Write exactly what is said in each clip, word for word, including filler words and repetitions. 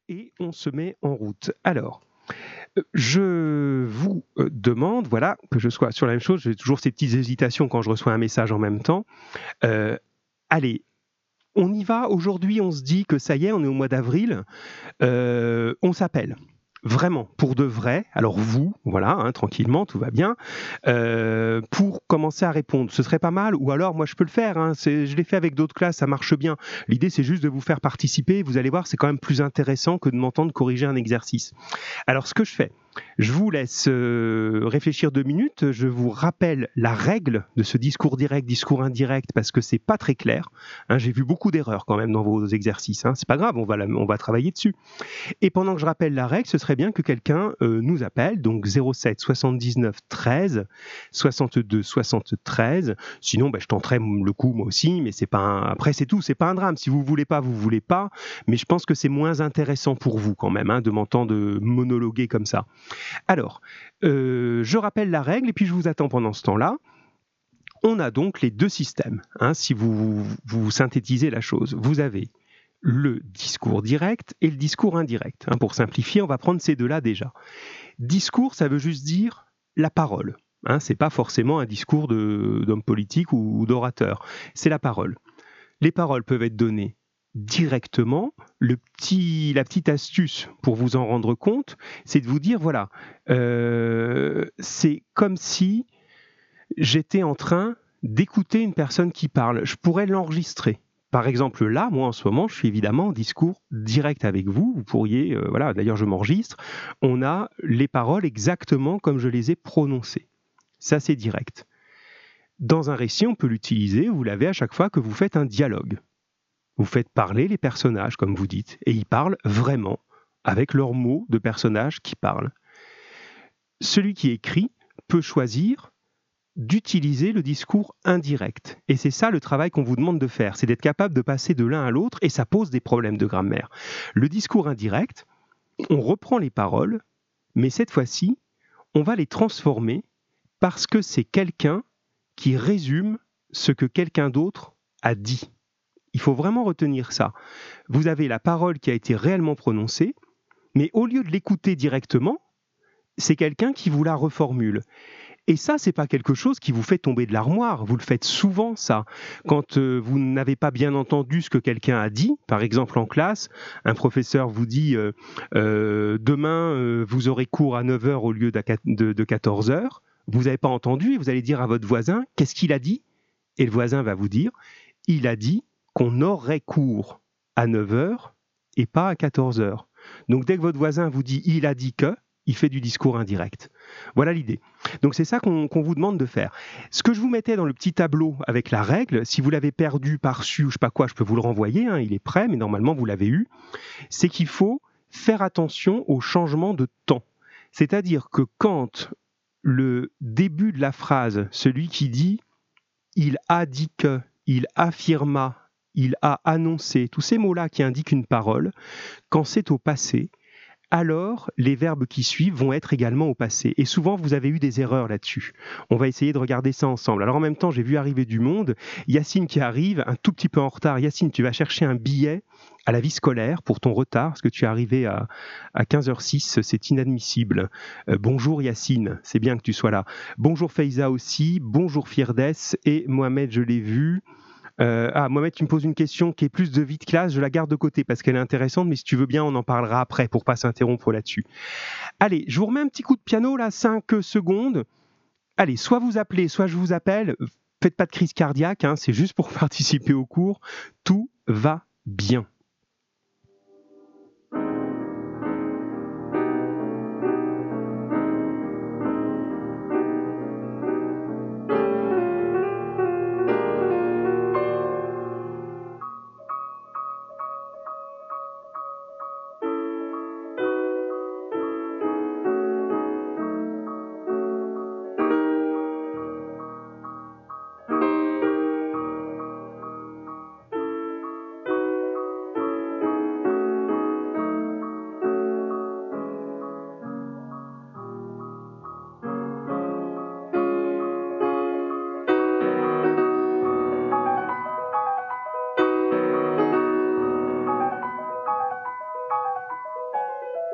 et on se met en route. Alors, je vous demande, voilà, que je sois sur la même chose, j'ai toujours ces petites hésitations quand je reçois un message en même temps. Euh, allez, on y va, aujourd'hui on se dit que ça y est, on est au mois d'avril, euh, on s'appelle. Vraiment, pour de vrai, alors vous, voilà, hein, tranquillement, tout va bien, euh, pour commencer à répondre. Ce serait pas mal, ou alors moi je peux le faire, hein, c'est, je l'ai fait avec d'autres classes, ça marche bien. L'idée c'est juste de vous faire participer, vous allez voir, c'est quand même plus intéressant que de m'entendre corriger un exercice. Alors ce que je fais, je vous laisse euh, réfléchir deux minutes, je vous rappelle la règle de ce discours direct, discours indirect, parce que c'est pas très clair. Hein, j'ai vu beaucoup d'erreurs quand même dans vos exercices, hein, c'est pas grave, on va, la, on va travailler dessus. Et pendant que je rappelle la règle, ce serait bien que quelqu'un euh, nous appelle, donc zéro sept soixante-dix-neuf treize soixante-deux soixante-treize. Sinon, bah, je tenterai le coup moi aussi, mais c'est pas un... après c'est tout, c'est pas un drame. Si vous voulez pas, vous voulez pas. Mais je pense que c'est moins intéressant pour vous quand même hein, de m'entendre monologuer comme ça. Alors, euh, je rappelle la règle et puis je vous attends pendant ce temps-là. On a donc les deux systèmes. Hein, si vous, vous synthétisez la chose, vous avez le discours direct et le discours indirect. Hein, pour simplifier, on va prendre ces deux-là déjà. Discours, ça veut juste dire la parole. Hein, c'est pas forcément un discours de, d'homme politique ou, ou d'orateur. C'est la parole. Les paroles peuvent être données directement. Le petit, la petite astuce pour vous en rendre compte, c'est de vous dire, voilà, euh, c'est comme si j'étais en train d'écouter une personne qui parle. Je pourrais l'enregistrer. Par exemple, là, moi, en ce moment, je suis évidemment en discours direct avec vous. Vous pourriez, euh, voilà, d'ailleurs, je m'enregistre. On a les paroles exactement comme je les ai prononcées. Ça, c'est direct. Dans un récit, on peut l'utiliser, vous l'avez à chaque fois que vous faites un dialogue. Vous faites parler les personnages, comme vous dites, et ils parlent vraiment, avec leurs mots de personnages qui parlent. Celui qui écrit peut choisir d'utiliser le discours indirect. Et c'est ça le travail qu'on vous demande de faire, c'est d'être capable de passer de l'un à l'autre, et ça pose des problèmes de grammaire. Le discours indirect, on reprend les paroles, mais cette fois-ci, on va les transformer parce que c'est quelqu'un qui résume ce que quelqu'un d'autre a dit. Il faut vraiment retenir ça. Vous avez la parole qui a été réellement prononcée, mais au lieu de l'écouter directement, c'est quelqu'un qui vous la reformule. Et ça, c'est pas quelque chose qui vous fait tomber de l'armoire. Vous le faites souvent, ça. Quand euh, vous n'avez pas bien entendu ce que quelqu'un a dit, par exemple en classe, un professeur vous dit euh, euh, « Demain, euh, vous aurez cours à neuf heures au lieu de, de quatorze heures », vous n'avez pas entendu et vous allez dire à votre voisin « Qu'est-ce qu'il a dit ?» Et le voisin va vous dire « Il a dit qu'on aurait cours à neuf heures et pas à quatorze heures ». Donc dès que votre voisin vous dit « Il a dit que », il fait du discours indirect. Voilà l'idée. Donc c'est ça qu'on, qu'on vous demande de faire. Ce que je vous mettais dans le petit tableau avec la règle, si vous l'avez perdu, par-su, je sais pas quoi, je peux vous le renvoyer, hein, il est prêt, mais normalement vous l'avez eu, c'est qu'il faut faire attention au changement de temps. C'est-à-dire que quand le début de la phrase, celui qui dit « il a dit que », « il affirma », « il a annoncé », tous ces mots-là qui indiquent une parole, quand c'est au passé, alors les verbes qui suivent vont être également au passé. Et souvent, vous avez eu des erreurs là-dessus. On va essayer de regarder ça ensemble. Alors en même temps, j'ai vu arriver du monde. Yacine qui arrive, un tout petit peu en retard. Yacine, tu vas chercher un billet à la vie scolaire pour ton retard, parce que tu es arrivé à, à quinze heures six, c'est inadmissible. Euh, bonjour Yacine, c'est bien que tu sois là. Bonjour Faiza aussi, bonjour Firdes, et Mohamed, je l'ai vu. Euh, ah, Mohamed, tu me poses une question qui est plus de vie de classe, je la garde de côté parce qu'elle est intéressante, mais si tu veux bien, on en parlera après pour pas s'interrompre là-dessus. Allez, je vous remets un petit coup de piano, là, cinq secondes. Allez, soit vous appelez, soit je vous appelle. Faites pas de crise cardiaque, hein, c'est juste pour participer au cours. Tout va bien.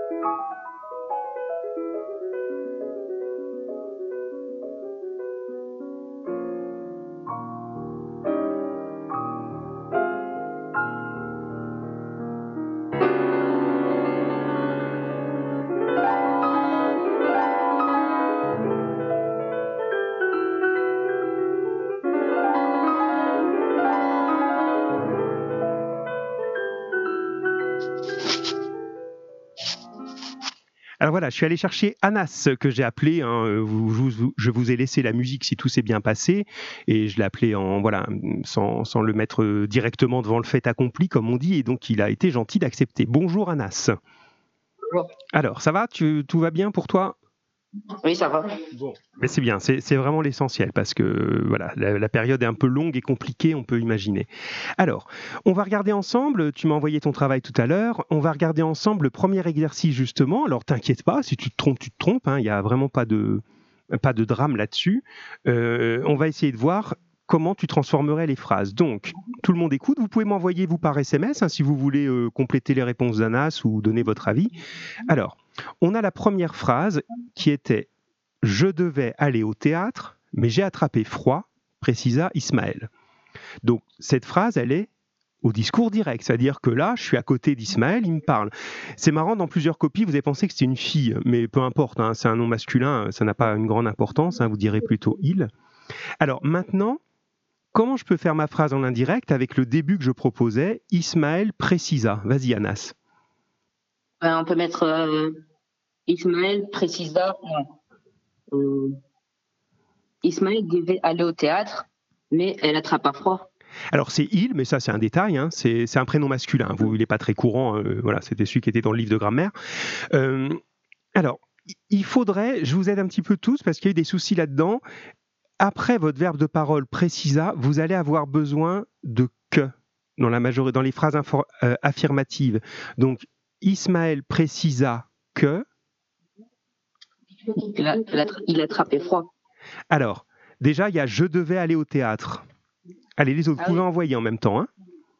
Alors voilà, je suis allé chercher Anas, que j'ai appelé. Hein, vous, vous, je vous ai laissé la musique si tout s'est bien passé, et je l'ai appelé en voilà, sans, sans le mettre directement devant le fait accompli, comme on dit, et donc il a été gentil d'accepter. Bonjour Anas. Bonjour. Alors, ça va, tu, tout va bien pour toi ? Oui, ça va. Bon, mais c'est bien, c'est, c'est vraiment l'essentiel parce que voilà, la, la période est un peu longue et compliquée, on peut imaginer. Alors, on va regarder ensemble, tu m'as envoyé ton travail tout à l'heure, on va regarder ensemble le premier exercice justement. Alors, t'inquiète pas, si tu te trompes, tu te trompes, il hein, n'y a vraiment pas de, pas de drame là-dessus. Euh, on va essayer de voir comment tu transformerais les phrases. Donc, tout le monde écoute, vous pouvez m'envoyer vous par S M S hein, si vous voulez euh, compléter les réponses d'Anas ou donner votre avis. Alors, on a la première phrase qui était « Je devais aller au théâtre, mais j'ai attrapé froid », précisa Ismaël. Donc, cette phrase, elle est au discours direct, c'est-à-dire que là, je suis à côté d'Ismaël, il me parle. C'est marrant, dans plusieurs copies, vous avez pensé que c'était une fille, mais peu importe, hein, c'est un nom masculin, ça n'a pas une grande importance, hein, vous direz plutôt « il ». Alors, maintenant, comment je peux faire ma phrase en indirect avec le début que je proposais, Ismaël précisa. Vas-y, Anas. Ben, on peut mettre euh, Ismaël précisa. Non. Euh, Ismaël devait aller au théâtre, mais elle attrapa froid. Alors c'est il, mais ça c'est un détail, hein, c'est, c'est un prénom masculin, vous, il n'est pas très courant, euh, voilà, c'était celui qui était dans le livre de grammaire. Euh, alors, il faudrait, je vous aide un petit peu tous, parce qu'il y a eu des soucis là-dedans, après votre verbe de parole précisa, vous allez avoir besoin de que dans, la majorité, dans les phrases infor, euh, affirmatives. Donc, Ismaël précisa que... Il, a, il, a, il attrapait froid. Alors, déjà, il y a « je devais aller au théâtre ». Allez, les autres, vous ah pouvez oui. envoyer en même temps. Hein.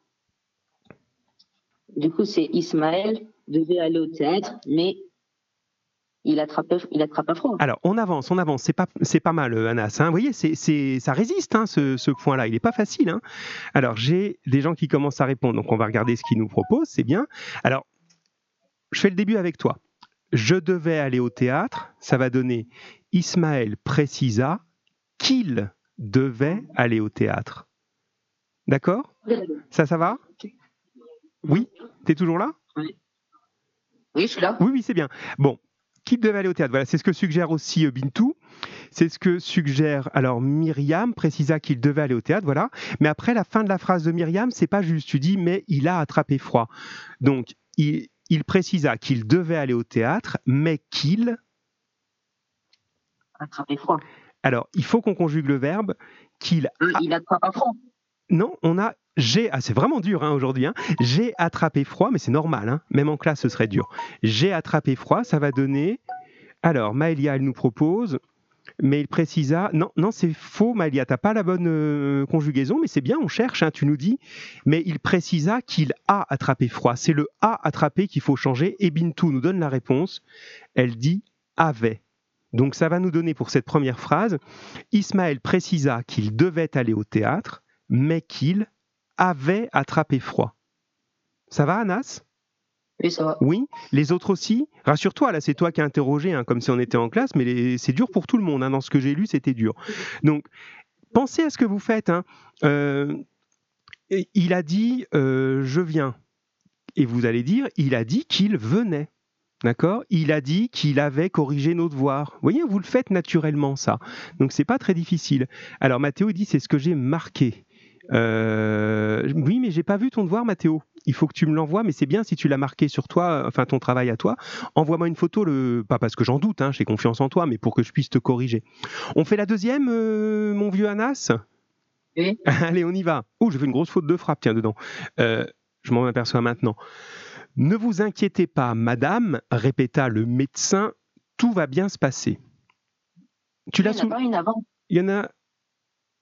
Du coup, c'est Ismaël devait aller au théâtre, mais il attrapait, il attrapait froid. Alors, on avance, on avance. C'est pas, c'est pas mal, Anas. Hein. Vous voyez, c'est, c'est, ça résiste, hein, ce, ce point-là. Il n'est pas facile. Hein. Alors, j'ai des gens qui commencent à répondre. Donc, on va regarder ce qu'ils nous proposent. C'est bien. Alors, je fais le début avec toi. Je devais aller au théâtre. Ça va donner Ismaël précisa qu'il devait aller au théâtre. D'accord ? Ça, ça va ? Oui ? T'es toujours là ? Oui. Oui, je suis là. Oui, oui, c'est bien. Bon, qui devait aller au théâtre ? Voilà, c'est ce que suggère aussi euh, Bintou. C'est ce que suggère, alors, Myriam précisa qu'il devait aller au théâtre, voilà. Mais après, la fin de la phrase de Myriam, c'est pas juste. Tu dis, mais il a attrapé froid. Donc, il, il précisa qu'il devait aller au théâtre, mais qu'il... Attrapé froid. Alors, il faut qu'on conjugue le verbe qu'il... A... Il attrape froid. Non, on a j'ai, ah, c'est vraiment dur hein, aujourd'hui, hein. J'ai attrapé froid, mais c'est normal, hein. Même en classe ce serait dur. J'ai attrapé froid, ça va donner, alors Maëlia elle nous propose, mais il précisa, non, non c'est faux Maëlia, t'as pas la bonne euh, conjugaison, mais c'est bien, on cherche, hein, tu nous dis, mais il précisa qu'il a attrapé froid, c'est le a attrapé qu'il faut changer, et Bintou nous donne la réponse, elle dit avait. Donc ça va nous donner pour cette première phrase, Ismaël précisa qu'il devait aller au théâtre, mais qu'il avait attrapé froid. Ça va, Anas ? Oui, ça va. Oui, les autres aussi ? Rassure-toi, là, c'est toi qui as interrogé, hein, comme si on était en classe, mais les... c'est dur pour tout le monde. Hein, dans ce que j'ai lu, c'était dur. Donc, pensez à ce que vous faites. Hein. Euh, il a dit euh, « je viens ». Et vous allez dire « il a dit qu'il venait ». D'accord ? Il a dit qu'il avait corrigé nos devoirs. Vous voyez, vous le faites naturellement, ça. Donc, c'est pas très difficile. Alors, Mathéo dit « c'est ce que j'ai marqué ». Euh, oui, mais j'ai pas vu ton devoir, Mathéo. Il faut que tu me l'envoies, mais c'est bien si tu l'as marqué sur toi, enfin ton travail à toi. Envoie-moi une photo, le... pas parce que j'en doute, hein, j'ai confiance en toi, mais pour que je puisse te corriger. On fait la deuxième, euh, mon vieux Anas ? Oui. Allez, on y va. Oh, j'ai fait une grosse faute de frappe, tiens, dedans. Euh, je m'en aperçois maintenant. Ne vous inquiétez pas, madame, répéta le médecin, tout va bien se passer. Tu l'as sou... Il y en a. Il y en a.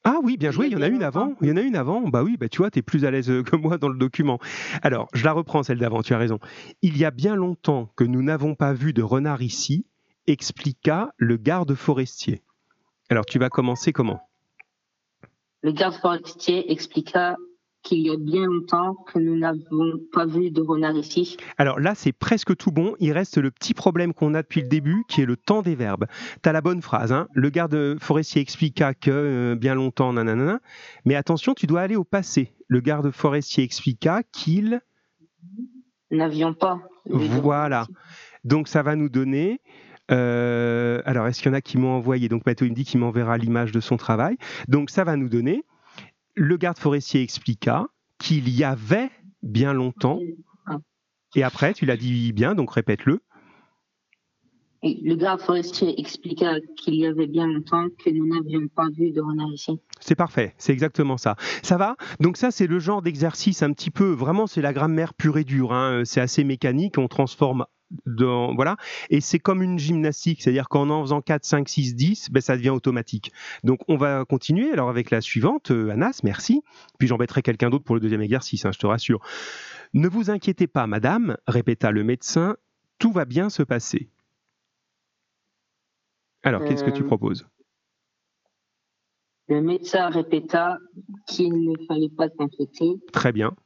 Ah oui, bien Il y joué, a il y en a bien une longtemps. avant. Il y en a une avant. Bah oui, bah tu vois, tu es plus à l'aise euh, que moi dans le document. Alors, je la reprends, celle d'avant, tu as raison. Il y a bien longtemps que nous n'avons pas vu de renard ici, expliqua le garde forestier. Alors, tu vas commencer comment? Le garde forestier expliqua qu'il y a bien longtemps que nous n'avons pas vu de renard ici. Alors là, c'est presque tout bon. Il reste le petit problème qu'on a depuis le début, qui est le temps des verbes. Tu as la bonne phrase. Hein. Le garde forestier expliqua que euh, bien longtemps, nanana. Mais attention, tu dois aller au passé. Le garde forestier expliqua qu'il... Nous n'avions pas vu de renard Voilà. ici. Donc ça va nous donner... euh, alors, est-ce qu'il y en a qui m'ont envoyé? Donc Mathieu il me dit qu'il m'enverra l'image de son travail. Donc ça va nous donner... Le garde forestier expliqua qu'il y avait bien longtemps... Ah. Et après, tu l'as dit bien, donc répète-le. Et le garde forestier expliqua qu'il y avait bien longtemps que nous n'avions pas vu de renard ici. C'est parfait, c'est exactement ça. Ça va? Donc ça, c'est le genre d'exercice un petit peu, vraiment, c'est la grammaire pure et dure. Hein. C'est assez mécanique, on transforme dans, voilà. Et c'est comme une gymnastique, c'est-à-dire qu'en en faisant quatre, cinq, six, dix, ben, ça devient automatique. Donc on va continuer alors avec la suivante. Euh, Anas, merci. Puis j'embêterai quelqu'un d'autre pour le deuxième exercice, hein, je te rassure. Ne vous inquiétez pas, madame, répéta le médecin, tout va bien se passer. Alors, qu'est-ce que tu Euh, proposes? Le médecin répéta qu'il ne fallait pas s'inquiéter, Très bien.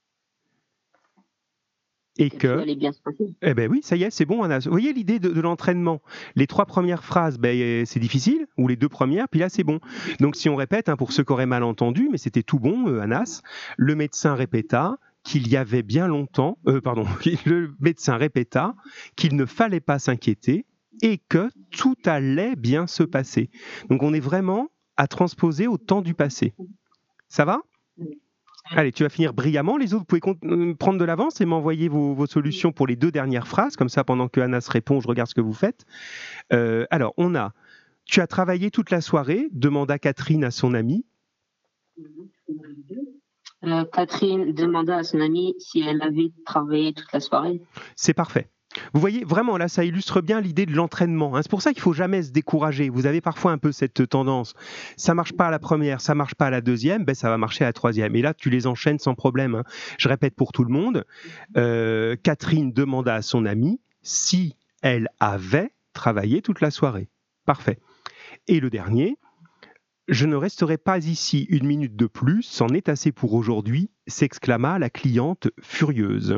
Et que tout que... allait bien se passer. Eh ben oui, ça y est, c'est bon, Anas. Vous voyez l'idée de, de l'entraînement. Les trois premières phrases, ben, c'est difficile, ou les deux premières, puis là, c'est bon. Donc, si on répète, hein, pour ceux qui auraient mal entendu, mais c'était tout bon, euh, Anas, le médecin répéta qu'il y avait bien longtemps, euh, pardon, le médecin répéta qu'il ne fallait pas s'inquiéter et que tout allait bien se passer. Donc, on est vraiment à transposer au temps du passé. Ça va ? Allez, tu vas finir brillamment. Les autres, vous pouvez con- prendre de l'avance et m'envoyer vos, vos solutions pour les deux dernières phrases. Comme ça, pendant que Anas répond, je regarde ce que vous faites. Euh, alors, on a « Tu as travaillé toute la soirée ?» demanda Catherine à son amie. Euh, Catherine demanda à son amie si elle avait travaillé toute la soirée. C'est parfait. Vous voyez, vraiment, là, ça illustre bien l'idée de l'entraînement. Hein. C'est pour ça qu'il ne faut jamais se décourager. Vous avez parfois un peu cette tendance. Ça ne marche pas à la première, ça ne marche pas à la deuxième, ben, ça va marcher à la troisième. Et là, tu les enchaînes sans problème. Hein. Je répète pour tout le monde. Euh, Catherine demanda à son amie si elle avait travaillé toute la soirée. Parfait. Et le dernier, je ne resterai pas ici une minute de plus, c'en est assez pour aujourd'hui, s'exclama la cliente furieuse.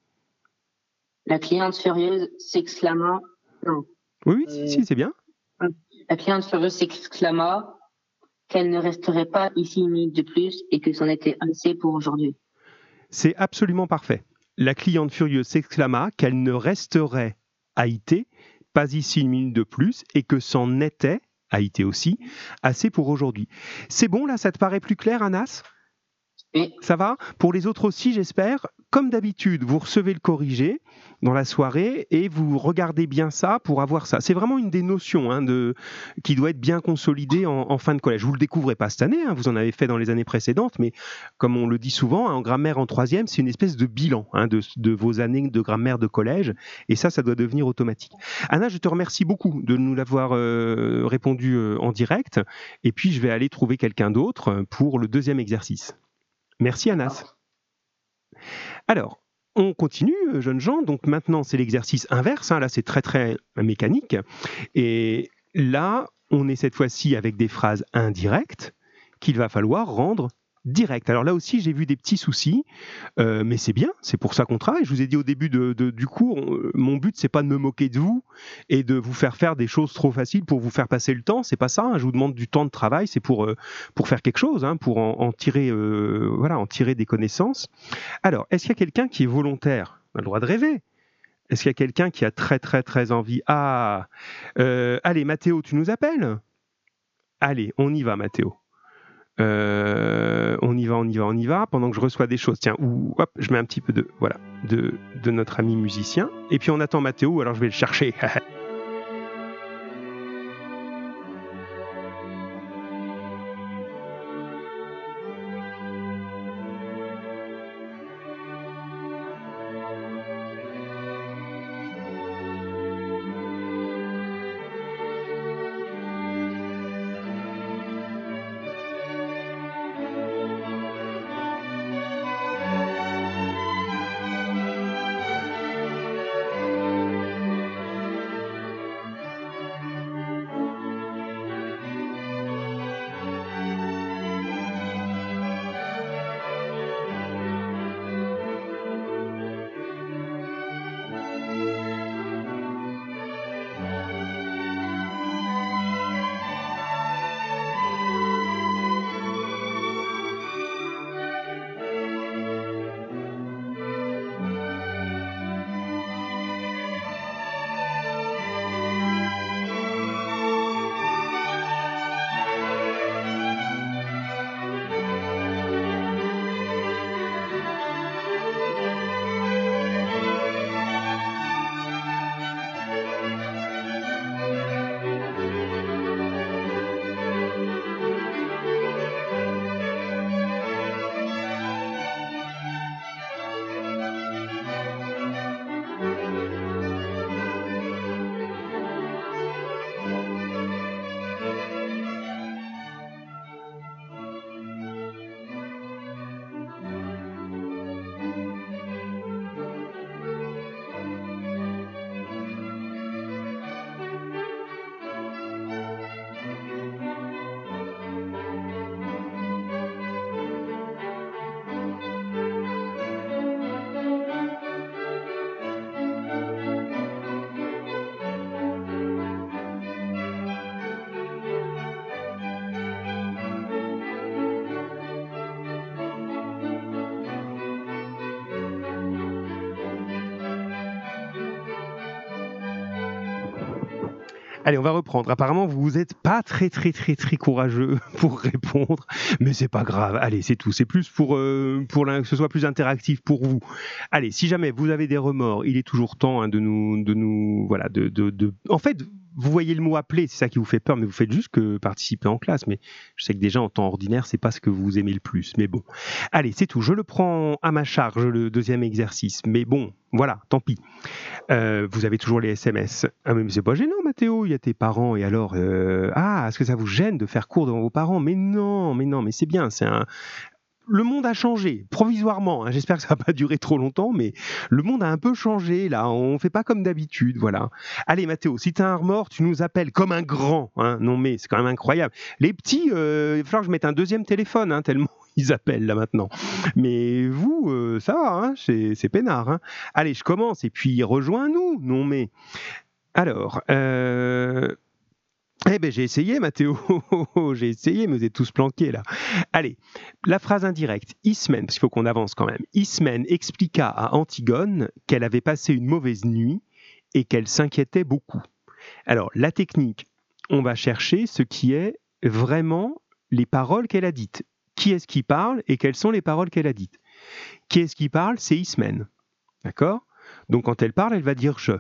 La cliente furieuse s'exclama. Non. Oui, oui, Euh, si, si, c'est bien. La cliente furieuse s'exclama qu'elle ne resterait pas ici une minute de plus et que c'en était assez pour aujourd'hui. C'est absolument parfait. La cliente furieuse s'exclama qu'elle ne resterait, Haïté, pas ici une minute de plus et que c'en était, Haïté aussi, assez pour aujourd'hui. C'est bon, là, ça te paraît plus clair, Anas ? Oui. Ça va? Pour les autres aussi, j'espère. Comme d'habitude, vous recevez le corrigé dans la soirée et vous regardez bien ça pour avoir ça. C'est vraiment une des notions hein, de, qui doit être bien consolidée en, en fin de collège. Vous ne le découvrez pas cette année, hein, vous en avez fait dans les années précédentes, mais comme on le dit souvent, hein, en grammaire en troisième, c'est une espèce de bilan hein, de, de vos années de grammaire de collège et ça, ça doit devenir automatique. Anna, je te remercie beaucoup de nous l'avoir euh, répondu euh, en direct et puis je vais aller trouver quelqu'un d'autre pour le deuxième exercice. Merci Anas. Alors, on continue, jeunes gens. Donc maintenant, c'est l'exercice inverse. Hein. Là, c'est très, très mécanique. Et là, on est cette fois-ci avec des phrases indirectes qu'il va falloir rendre directes. Alors là aussi, j'ai vu des petits soucis, euh, mais c'est bien, c'est pour ça qu'on travaille. Je vous ai dit au début de, de, du cours, on, mon but, c'est pas de me moquer de vous et de vous faire faire des choses trop faciles pour vous faire passer le temps. C'est pas ça. Hein. Je vous demande du temps de travail, c'est pour, euh, pour faire quelque chose, hein, pour en, en tirer, euh, voilà, en tirer des connaissances. Alors, est-ce qu'il y a quelqu'un qui est volontaire ? On a le droit de rêver. Est-ce qu'il y a quelqu'un qui a très, très, très envie ? Ah, euh, allez, Mathéo, tu nous appelles ? Allez, on y va, Mathéo. Euh, on y va, on y va, on y va, pendant que je reçois des choses. Tiens, ou hop, je mets un petit peu de, voilà, de, de notre ami musicien. Et puis on attend Mathéo, alors je vais le chercher. Allez, on va reprendre. Apparemment, vous n'êtes pas très, très, très, très courageux pour répondre, mais c'est pas grave. Allez, c'est tout. C'est plus pour, euh, pour que ce soit plus interactif pour vous. Allez, si jamais vous avez des remords, il est toujours temps hein, de nous, de nous, voilà, de, de, de... En fait, vous voyez le mot appeler, c'est ça qui vous fait peur, mais vous faites juste que participer en classe. Mais je sais que déjà en temps ordinaire, c'est pas ce que vous aimez le plus. Mais bon, allez, c'est tout. Je le prends à ma charge le deuxième exercice. Mais bon, voilà, tant pis. Euh, vous avez toujours les S M S. Ah mais c'est pas gênant, Mathéo. Il y a tes parents et alors euh... ah, est-ce que ça vous gêne de faire cours devant vos parents? Mais non, mais non, mais c'est bien. C'est un Le monde a changé, provisoirement. Hein. J'espère que ça va pas durer trop longtemps, mais le monde a un peu changé, là. On fait pas comme d'habitude, voilà. Allez, Mathéo, si tu as un remords, tu nous appelles comme un grand. Hein. Non, mais c'est quand même incroyable. Les petits, euh, il va falloir que je mette un deuxième téléphone, hein, tellement ils appellent, là, maintenant. Mais vous, euh, ça va, hein, c'est, c'est peinard. Hein. Allez, je commence, et puis rejoins-nous. Non, mais... Alors... Euh... Eh ben j'ai essayé, Mathéo, j'ai essayé, mais vous êtes tous planqués là. Allez, la phrase indirecte. Ismène, parce qu'il faut qu'on avance quand même. Ismène expliqua à Antigone qu'elle avait passé une mauvaise nuit et qu'elle s'inquiétait beaucoup. Alors, la technique, on va chercher ce qui est vraiment les paroles qu'elle a dites. Qui est-ce qui parle et quelles sont les paroles qu'elle a dites? Qui est-ce qui parle? C'est Ismène. D'accord? Donc, quand elle parle, elle va dire « je ».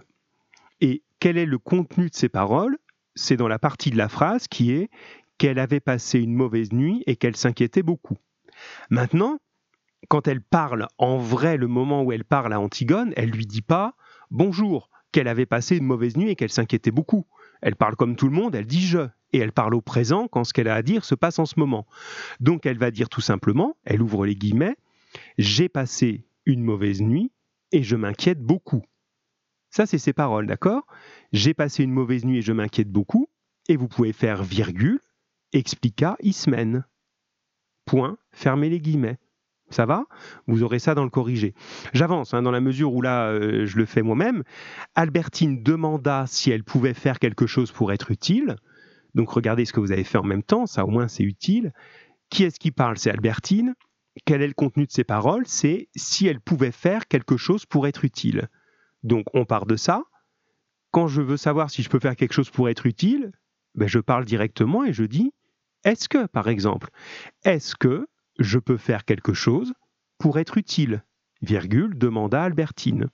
Et quel est le contenu de ces paroles? C'est dans la partie de la phrase qui est qu'elle avait passé une mauvaise nuit et qu'elle s'inquiétait beaucoup. Maintenant, quand elle parle en vrai, le moment où elle parle à Antigone, elle lui dit pas « bonjour », qu'elle avait passé une mauvaise nuit et qu'elle s'inquiétait beaucoup. Elle parle comme tout le monde, elle dit « je », et elle parle au présent quand ce qu'elle a à dire se passe en ce moment. Donc elle va dire tout simplement, elle ouvre les guillemets, « j'ai passé une mauvaise nuit et je m'inquiète beaucoup ». Ça, c'est ses paroles, d'accord? J'ai passé une mauvaise nuit et je m'inquiète beaucoup. Et vous pouvez faire virgule, expliqua Ismène. Point, fermez les guillemets. Ça va? Vous aurez ça dans le corrigé. J'avance, hein, dans la mesure où là, euh, je le fais moi-même. Albertine demanda si elle pouvait faire quelque chose pour être utile. Donc, regardez ce que vous avez fait en même temps. Ça, au moins, c'est utile. Qui est-ce qui parle? C'est Albertine. Quel est le contenu de ses paroles? C'est si elle pouvait faire quelque chose pour être utile. Donc, on part de ça. Quand je veux savoir si je peux faire quelque chose pour être utile, ben je parle directement et je dis « est-ce que ?» par exemple. « Est-ce que je peux faire quelque chose pour être utile ?» virgule, demanda Albertine.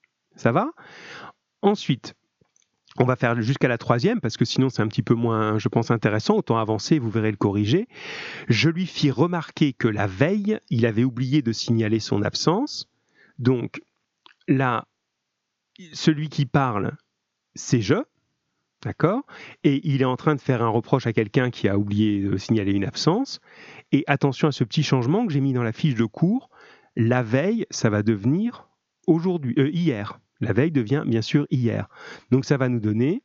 Ça va? Ensuite, on va faire jusqu'à la troisième, parce que sinon c'est un petit peu moins, je pense, intéressant. Autant avancer, vous verrez le corriger. Je lui fis remarquer que la veille, il avait oublié de signaler son absence. Donc, là, celui qui parle, c'est je, d'accord? Et il est en train de faire un reproche à quelqu'un qui a oublié de signaler une absence. Et attention à ce petit changement que j'ai mis dans la fiche de cours. La veille, ça va devenir aujourd'hui, euh, hier. La veille devient bien sûr hier. Donc ça va nous donner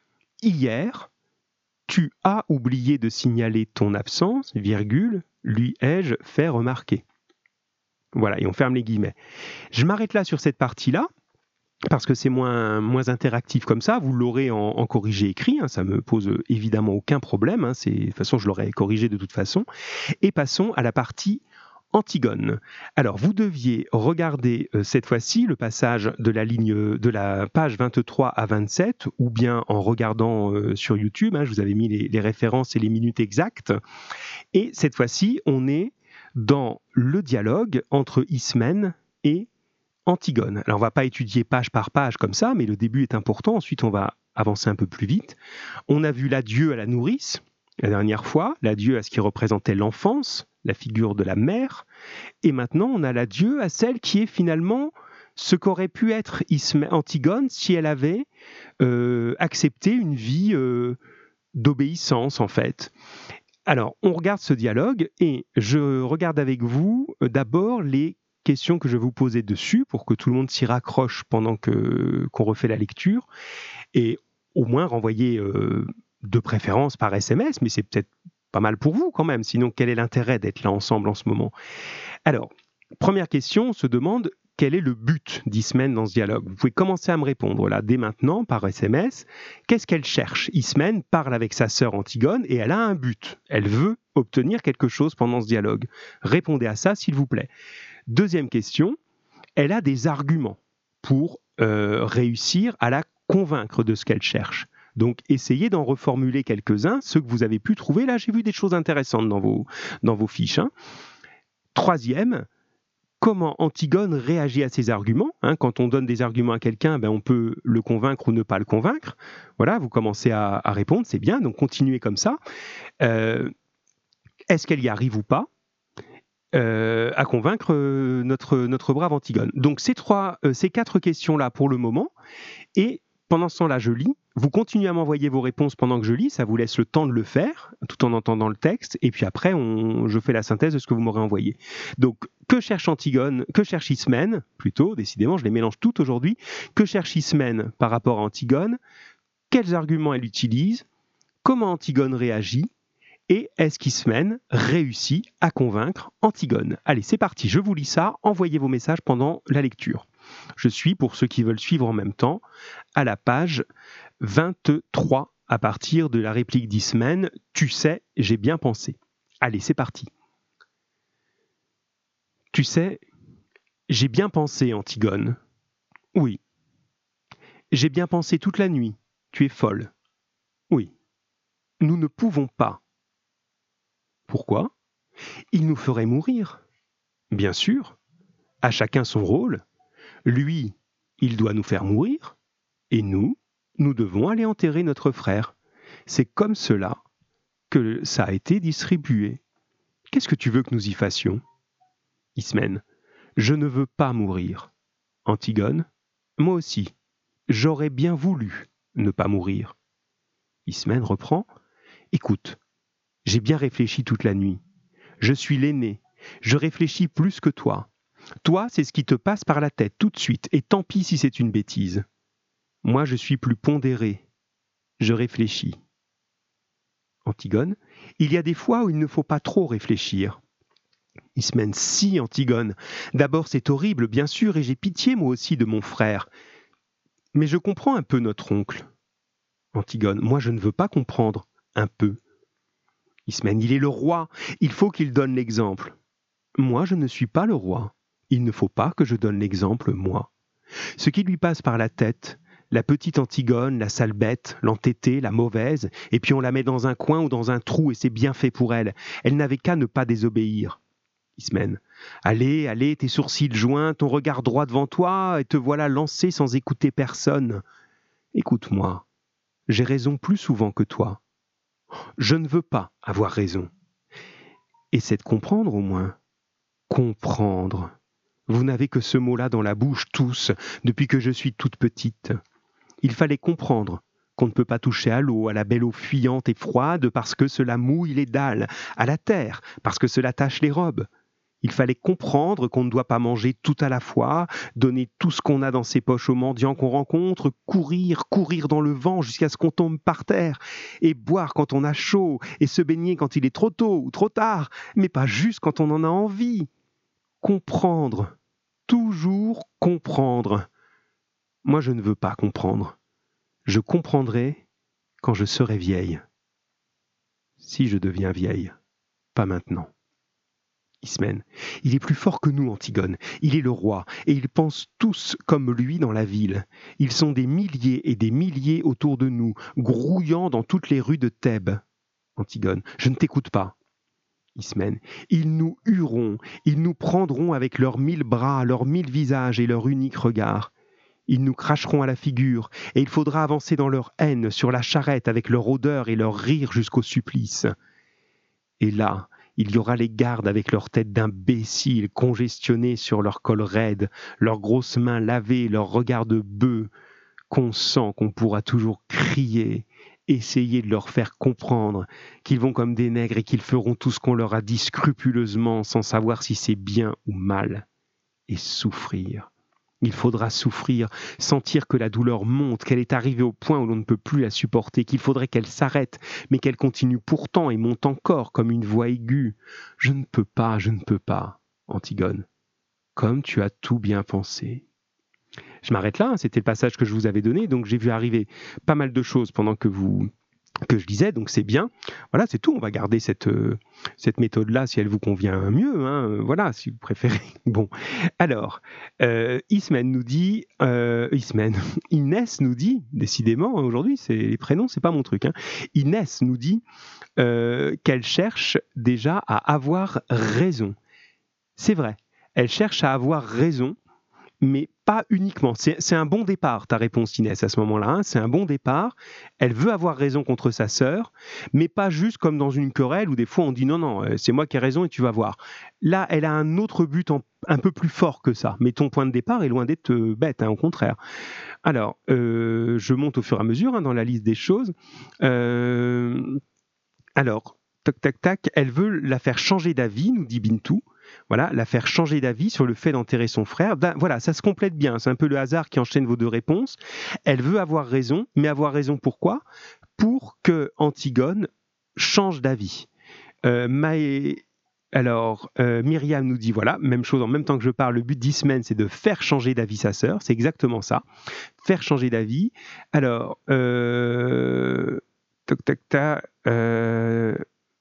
hier, tu as oublié de signaler ton absence, virgule, lui ai-je fait remarquer. Voilà, et on ferme les guillemets. Je m'arrête là sur cette partie-là, parce que c'est moins, moins interactif comme ça. Vous l'aurez en, en corrigé écrit, hein, ça me pose évidemment aucun problème. Hein, c'est, de toute façon, je l'aurais corrigé de toute façon. Et passons à la partie Antigone. Alors, vous deviez regarder euh, cette fois-ci le passage de la ligne de la page vingt-trois à vingt-sept, ou bien en regardant euh, sur YouTube. Hein, je vous avais mis les, les références et les minutes exactes. Et cette fois-ci, on est dans le dialogue entre Ismène et Antigone. Alors, on ne va pas étudier page par page comme ça, mais le début est important. Ensuite, on va avancer un peu plus vite. On a vu l'adieu à la nourrice, la dernière fois, l'adieu à ce qui représentait l'enfance, la figure de la mère. Et maintenant, on a l'adieu à celle qui est finalement ce qu'aurait pu être Ismè- Antigone si elle avait euh, accepté une vie euh, d'obéissance, en fait. Alors, on regarde ce dialogue et je regarde avec vous euh, d'abord les questions que je vais vous poser dessus pour que tout le monde s'y raccroche pendant que, qu'on refait la lecture et au moins renvoyer euh, de préférence par S M S, mais c'est peut-être pas mal pour vous quand même, sinon quel est l'intérêt d'être là ensemble en ce moment? Alors, première question, on se demande quel est le but d'Ismène dans ce dialogue? Vous pouvez commencer à me répondre là dès maintenant par S M S. Qu'est-ce qu'elle cherche? Ismène parle avec sa sœur Antigone et elle a un but. Elle veut obtenir quelque chose pendant ce dialogue. Répondez à ça s'il vous plaît. Deuxième question, elle a des arguments pour euh, réussir à la convaincre de ce qu'elle cherche. Donc, essayez d'en reformuler quelques-uns, ceux que vous avez pu trouver. Là, j'ai vu des choses intéressantes dans vos, dans vos fiches. Hein. Troisième, comment Antigone réagit à ces arguments. Hein, quand on donne des arguments à quelqu'un, ben on peut le convaincre ou ne pas le convaincre. Voilà, vous commencez à, à répondre, c'est bien, donc continuez comme ça. Euh, est-ce qu'elle y arrive ou pas euh, à convaincre euh, notre, notre brave Antigone? Donc ces, trois, euh, ces quatre questions-là pour le moment, et pendant ce temps-là, je lis. Vous continuez à m'envoyer vos réponses pendant que je lis, ça vous laisse le temps de le faire, tout en entendant le texte, et puis après, on, je fais la synthèse de ce que vous m'aurez envoyé. Donc, que cherche Antigone, que cherche Ismène, plutôt, décidément, je les mélange toutes aujourd'hui, que cherche Ismène par rapport à Antigone, quels arguments elle utilise, comment Antigone réagit, et est-ce qu'Ismène réussit à convaincre Antigone? Allez, c'est parti, je vous lis ça, envoyez vos messages pendant la lecture. Je suis, pour ceux qui veulent suivre en même temps, à la page vingt-trois, à partir de la réplique d'Ismène, « Tu sais, j'ai bien pensé ». Allez, c'est parti. « Tu sais, j'ai bien pensé, Antigone. »« Oui. »« J'ai bien pensé toute la nuit. Tu es folle. »« Oui. »« Nous ne pouvons pas. »« Pourquoi ? » ?»« Il nous ferait mourir. »« Bien sûr. À chacun son rôle. Lui, il doit nous faire mourir. Et nous, nous devons aller enterrer notre frère. C'est comme cela que ça a été distribué. Qu'est-ce que tu veux que nous y fassions ? Ismène. Je ne veux pas mourir. Antigone. Moi aussi. J'aurais bien voulu ne pas mourir. Ismène reprend. Écoute, j'ai bien réfléchi toute la nuit. Je suis l'aîné. Je réfléchis plus que toi. Toi, c'est ce qui te passe par la tête tout de suite, et tant pis si c'est une bêtise. Moi, je suis plus pondéré. Je réfléchis. Antigone. Il y a des fois où il ne faut pas trop réfléchir. Ismène. Si, Antigone. D'abord, c'est horrible, bien sûr, et j'ai pitié moi aussi de mon frère. Mais je comprends un peu notre oncle. Antigone. Moi, je ne veux pas comprendre. Un peu. Ismène. Il est le roi. Il faut qu'il donne l'exemple. Moi, je ne suis pas le roi. Il ne faut pas que je donne l'exemple, moi. Ce qui lui passe par la tête, la petite Antigone, la sale bête, l'entêtée, la mauvaise, et puis on la met dans un coin ou dans un trou et c'est bien fait pour elle. Elle n'avait qu'à ne pas désobéir. Ismène. Allez, allez, tes sourcils joints, ton regard droit devant toi, et te voilà lancé sans écouter personne. Écoute-moi, j'ai raison plus souvent que toi. Je ne veux pas avoir raison. Essaie de comprendre au moins. Comprendre. Vous n'avez que ce mot-là dans la bouche, tous, depuis que je suis toute petite. Il fallait comprendre qu'on ne peut pas toucher à l'eau, à la belle eau fuyante et froide, parce que cela mouille les dalles, à la terre, parce que cela tache les robes. Il fallait comprendre qu'on ne doit pas manger tout à la fois, donner tout ce qu'on a dans ses poches aux mendiants qu'on rencontre, courir, courir dans le vent jusqu'à ce qu'on tombe par terre, et boire quand on a chaud, et se baigner quand il est trop tôt ou trop tard, mais pas juste quand on en a envie. Comprendre, toujours comprendre. Moi, je ne veux pas comprendre. Je comprendrai quand je serai vieille. Si je deviens vieille, pas maintenant. Ismène. Il est plus fort que nous, Antigone. Il est le roi, et ils pensent tous comme lui dans la ville. Ils sont des milliers et des milliers autour de nous, grouillant dans toutes les rues de Thèbes. Antigone. Je ne t'écoute pas. Ismène. Ils nous hueront, ils nous prendront avec leurs mille bras, leurs mille visages et leur unique regard. Ils nous cracheront à la figure, et il faudra avancer dans leur haine sur la charrette avec leur odeur et leur rire jusqu'au supplice. Et là, il y aura les gardes avec leurs têtes d'imbéciles congestionnées sur leur col raide, leurs grosses mains lavées, leurs regards de bœufs, qu'on sent qu'on pourra toujours crier, essayer de leur faire comprendre qu'ils vont comme des nègres et qu'ils feront tout ce qu'on leur a dit scrupuleusement sans savoir si c'est bien ou mal. Et souffrir. Il faudra souffrir, sentir que la douleur monte, qu'elle est arrivée au point où l'on ne peut plus la supporter, qu'il faudrait qu'elle s'arrête, mais qu'elle continue pourtant et monte encore comme une voix aiguë. Je ne peux pas, je ne peux pas, Antigone. Comme tu as tout bien pensé. Je m'arrête là, c'était le passage que je vous avais donné, donc j'ai vu arriver pas mal de choses pendant que vous que je disais, donc c'est bien. Voilà, c'est tout. On va garder cette, euh, cette méthode-là si elle vous convient mieux. Hein. Voilà, si vous préférez. Bon, alors, euh, Ismen nous dit, euh, Ismen, Inès nous dit, décidément, hein, aujourd'hui, c'est, les prénoms, c'est pas mon truc. Hein. Inès nous dit euh, qu'elle cherche déjà à avoir raison. C'est vrai, elle cherche à avoir raison, mais pas uniquement. C'est, c'est un bon départ, ta réponse, Inès, à ce moment-là. Hein. C'est un bon départ. Elle veut avoir raison contre sa sœur, mais pas juste comme dans une querelle où des fois on dit non, non, c'est moi qui ai raison et tu vas voir. Là, elle a un autre but en, un peu plus fort que ça. Mais ton point de départ est loin d'être euh, bête, hein, au contraire. Alors, euh, je monte au fur et à mesure hein, dans la liste des choses. Euh, alors, tac, tac, tac, elle veut la faire changer d'avis, nous dit Bintou. Voilà, la faire changer d'avis sur le fait d'enterrer son frère. Ben, voilà, ça se complète bien. C'est un peu le hasard qui enchaîne vos deux réponses. Elle veut avoir raison, mais avoir raison pourquoi ? Pour que Antigone change d'avis. Euh, Maë... Alors, euh, Myriam nous dit, voilà, même chose en même temps que je parle, le but d'Ismène, c'est de faire changer d'avis sa sœur. C'est exactement ça. Faire changer d'avis. Alors, euh... tac, tac, tac... Euh...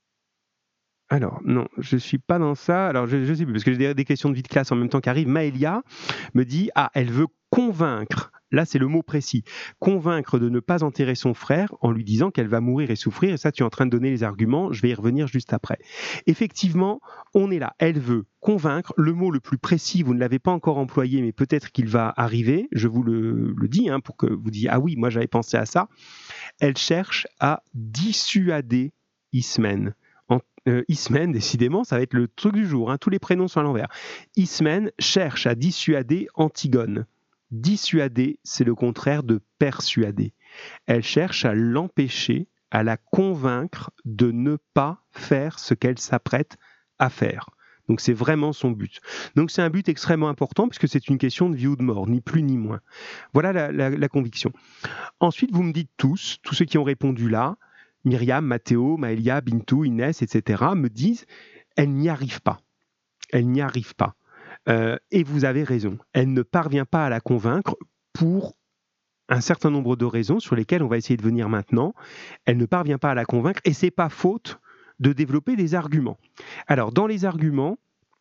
Alors, non, je ne suis pas dans ça. Alors, je ne sais plus, parce que j'ai des, des questions de vie de classe en même temps qui arrivent. Maëlia me dit, ah, elle veut convaincre, là c'est le mot précis, convaincre de ne pas enterrer son frère en lui disant qu'elle va mourir et souffrir. Et ça, tu es en train de donner les arguments, je vais y revenir juste après. Effectivement, on est là. Elle veut convaincre. Le mot le plus précis, vous ne l'avez pas encore employé, mais peut-être qu'il va arriver. Je vous le, le dis, hein, pour que vous disiez, ah oui, moi j'avais pensé à ça. Elle cherche à dissuader Ismène. Euh, Ismène, décidément, ça va être le truc du jour. Hein, tous les prénoms sont à l'envers. Ismène cherche à dissuader Antigone. Dissuader, c'est le contraire de persuader. Elle cherche à l'empêcher, à la convaincre de ne pas faire ce qu'elle s'apprête à faire. Donc c'est vraiment son but. Donc c'est un but extrêmement important puisque c'est une question de vie ou de mort, ni plus ni moins. Voilà la, la, la conviction. Ensuite, vous me dites tous, tous ceux qui ont répondu là, Myriam, Mathéo, Maëlia, Bintou, Inès, et cetera, me disent « elle n'y arrive pas ». Elle n'y arrive pas. Euh, et vous avez raison. Elle ne parvient pas à la convaincre pour un certain nombre de raisons sur lesquelles on va essayer de venir maintenant. Elle ne parvient pas à la convaincre et ce n'est pas faute de développer des arguments. Alors, dans les arguments,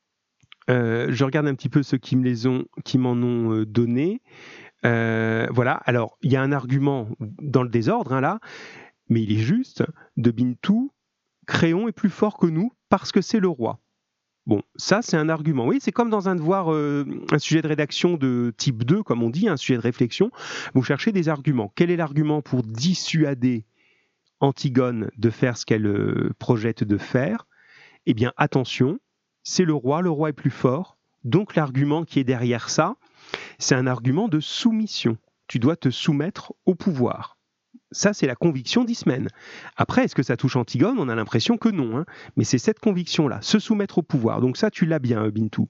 euh, je regarde un petit peu ceux qui, me les ont, qui m'en ont euh, donné. Euh, voilà, alors, il y a un argument dans le désordre, hein, là, mais il est juste, de Bintou, Créon est plus fort que nous parce que c'est le roi. Bon, ça c'est un argument. Oui, c'est comme dans un devoir, euh, un sujet de rédaction de type deux, comme on dit, un sujet de réflexion. Vous cherchez des arguments. Quel est l'argument pour dissuader Antigone de faire ce qu'elle euh, projette de faire ? Eh bien, attention, c'est le roi, le roi est plus fort. Donc l'argument qui est derrière ça, c'est un argument de soumission. Tu dois te soumettre au pouvoir. Ça, c'est la conviction d'Ismène. Après, est-ce que ça touche Antigone ? On a l'impression que non. Hein. Mais c'est cette conviction-là, se soumettre au pouvoir. Donc ça, tu l'as bien, Bintou.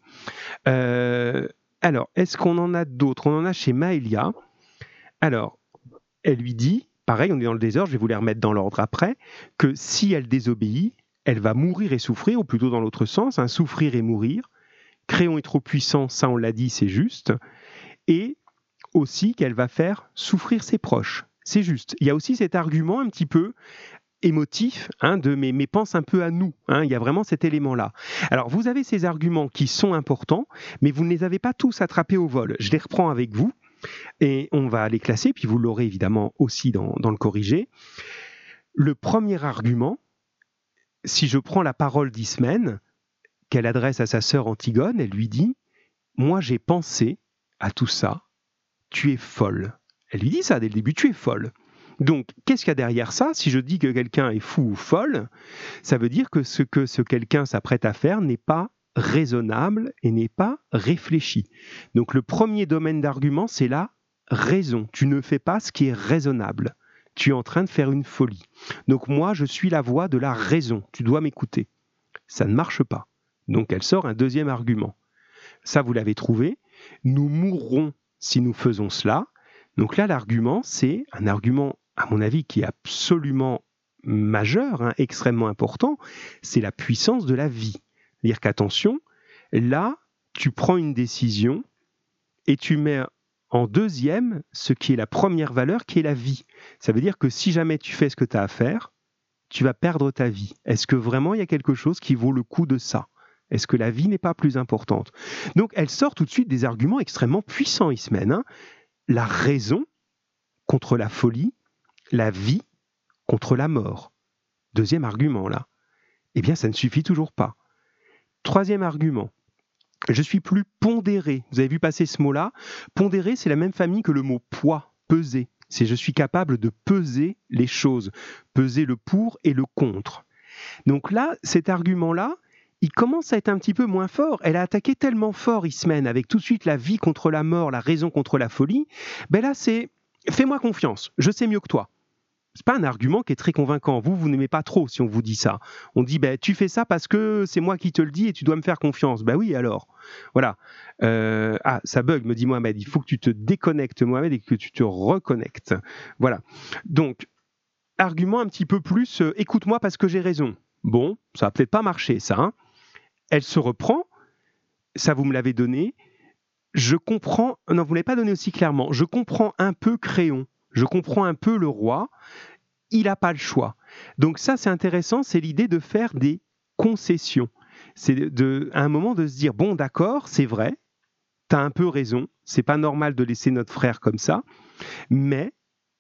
Euh, alors, est-ce qu'on en a d'autres ? On en a chez Maëlia. Alors, elle lui dit, pareil, on est dans le désordre, je vais vous les remettre dans l'ordre après, que si elle désobéit, elle va mourir et souffrir, ou plutôt dans l'autre sens, hein, souffrir et mourir. Créon est trop puissant, ça on l'a dit, c'est juste. Et aussi qu'elle va faire souffrir ses proches. C'est juste. Il y a aussi cet argument un petit peu émotif hein, de mais, mais pense un peu à nous. Hein, il y a vraiment cet élément-là. Alors, vous avez ces arguments qui sont importants, mais vous ne les avez pas tous attrapés au vol. Je les reprends avec vous et on va les classer, puis vous l'aurez évidemment aussi dans, dans le corrigé. Le premier argument, si je prends la parole d'Ismène, qu'elle adresse à sa sœur Antigone, elle lui dit « Moi, j'ai pensé à tout ça, tu es folle ». Elle lui dit ça dès le début, tu es folle. Donc, qu'est-ce qu'il y a derrière ça ? Si je dis que quelqu'un est fou ou folle, ça veut dire que ce que ce quelqu'un s'apprête à faire n'est pas raisonnable et n'est pas réfléchi. Donc, le premier domaine d'argument, c'est la raison. Tu ne fais pas ce qui est raisonnable. Tu es en train de faire une folie. Donc, moi, je suis la voix de la raison. Tu dois m'écouter. Ça ne marche pas. Donc, elle sort un deuxième argument. Ça, vous l'avez trouvé. Nous mourrons si nous faisons cela. Donc là, l'argument, c'est un argument, à mon avis, qui est absolument majeur, hein, extrêmement important, c'est la puissance de la vie. C'est-à-dire qu'attention, là, tu prends une décision et tu mets en deuxième ce qui est la première valeur, qui est la vie. Ça veut dire que si jamais tu fais ce que tu as à faire, tu vas perdre ta vie. Est-ce que vraiment il y a quelque chose qui vaut le coup de ça ? Est-ce que la vie n'est pas plus importante ? Donc, elle sort tout de suite des arguments extrêmement puissants, Ismène. Hein. La raison contre la folie, la vie contre la mort. Deuxième argument, là. Eh bien, ça ne suffit toujours pas. Troisième argument. Je suis plus pondéré. Vous avez vu passer ce mot-là ? Pondéré, c'est la même famille que le mot poids, peser. C'est je suis capable de peser les choses, peser le pour et le contre. Donc là, cet argument-là, il commence à être un petit peu moins fort. Elle a attaqué tellement fort, Ismène, avec tout de suite la vie contre la mort, la raison contre la folie. Ben là, c'est fais-moi confiance, je sais mieux que toi. C'est pas un argument qui est très convaincant. Vous, vous n'aimez pas trop si on vous dit ça. On dit, ben, tu fais ça parce que c'est moi qui te le dis et tu dois me faire confiance. Ben oui, alors. Voilà. Euh, ah, ça bug, me dit Mohamed. Il faut que tu te déconnectes, Mohamed, et que tu te reconnectes. Voilà. Donc, argument un petit peu plus, euh, écoute-moi parce que j'ai raison. Bon, ça va peut-être pas marcher, ça. Hein. Elle se reprend. Ça, vous me l'avez donné. Je comprends. Non, vous ne l'avez pas donné aussi clairement. Je comprends un peu Créon. Je comprends un peu le roi. Il n'a pas le choix. Donc ça, c'est intéressant. C'est l'idée de faire des concessions. C'est de, de, à un moment de se dire, bon, d'accord, c'est vrai. Tu as un peu raison. C'est pas normal de laisser notre frère comme ça. Mais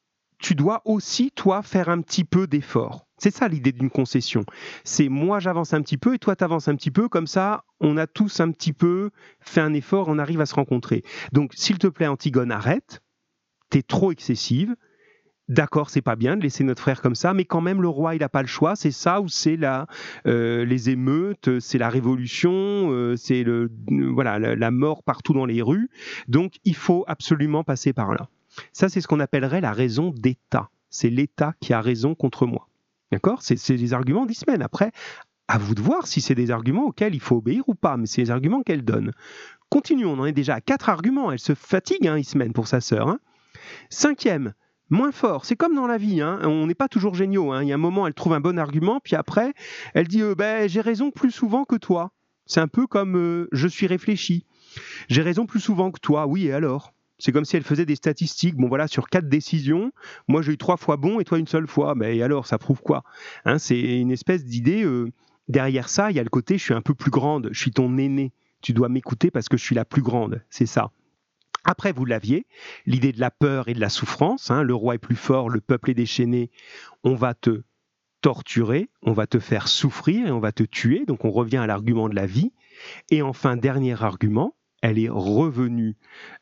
tu dois aussi, toi, faire un petit peu d'effort. C'est ça l'idée d'une concession. C'est moi, j'avance un petit peu et toi, tu avances un petit peu. Comme ça, on a tous un petit peu fait un effort, on arrive à se rencontrer. Donc, s'il te plaît, Antigone, arrête. T'es trop excessive. D'accord, c'est pas bien de laisser notre frère comme ça, mais quand même, le roi, il n'a pas le choix. C'est ça ou c'est la, euh, les émeutes, c'est la révolution, euh, c'est le, euh, voilà, la, la mort partout dans les rues. Donc, il faut absolument passer par là. Ça, c'est ce qu'on appellerait la raison d'État. C'est l'État qui a raison contre moi. D'accord ? C'est, c'est des arguments d'Ismène. Après, à vous de voir si c'est des arguments auxquels il faut obéir ou pas, mais c'est les arguments qu'elle donne. Continuons, on en est déjà à quatre arguments. Elle se fatigue, hein, Ismène, pour sa sœur. Hein. Cinquième, moins fort. C'est comme dans la vie, hein. On n'est pas toujours géniaux. Hein. Il y a un moment, elle trouve un bon argument, puis après, elle dit euh, ben, « j'ai raison plus souvent que toi ». C'est un peu comme euh, « je suis réfléchi ». J'ai raison plus souvent que toi, oui, et alors ? C'est comme si elle faisait des statistiques. Bon, voilà, sur quatre décisions, moi j'ai eu trois fois bon et toi une seule fois. Mais et alors, ça prouve quoi ? Hein, c'est une espèce d'idée. Euh, derrière ça, il y a le côté je suis un peu plus grande, je suis ton aîné. Tu dois m'écouter parce que je suis la plus grande. C'est ça. Après, vous l'aviez, l'idée de la peur et de la souffrance. Hein, le roi est plus fort, le peuple est déchaîné. On va te torturer, on va te faire souffrir et on va te tuer. Donc, on revient à l'argument de la vie. Et enfin, dernier argument. Elle est revenue.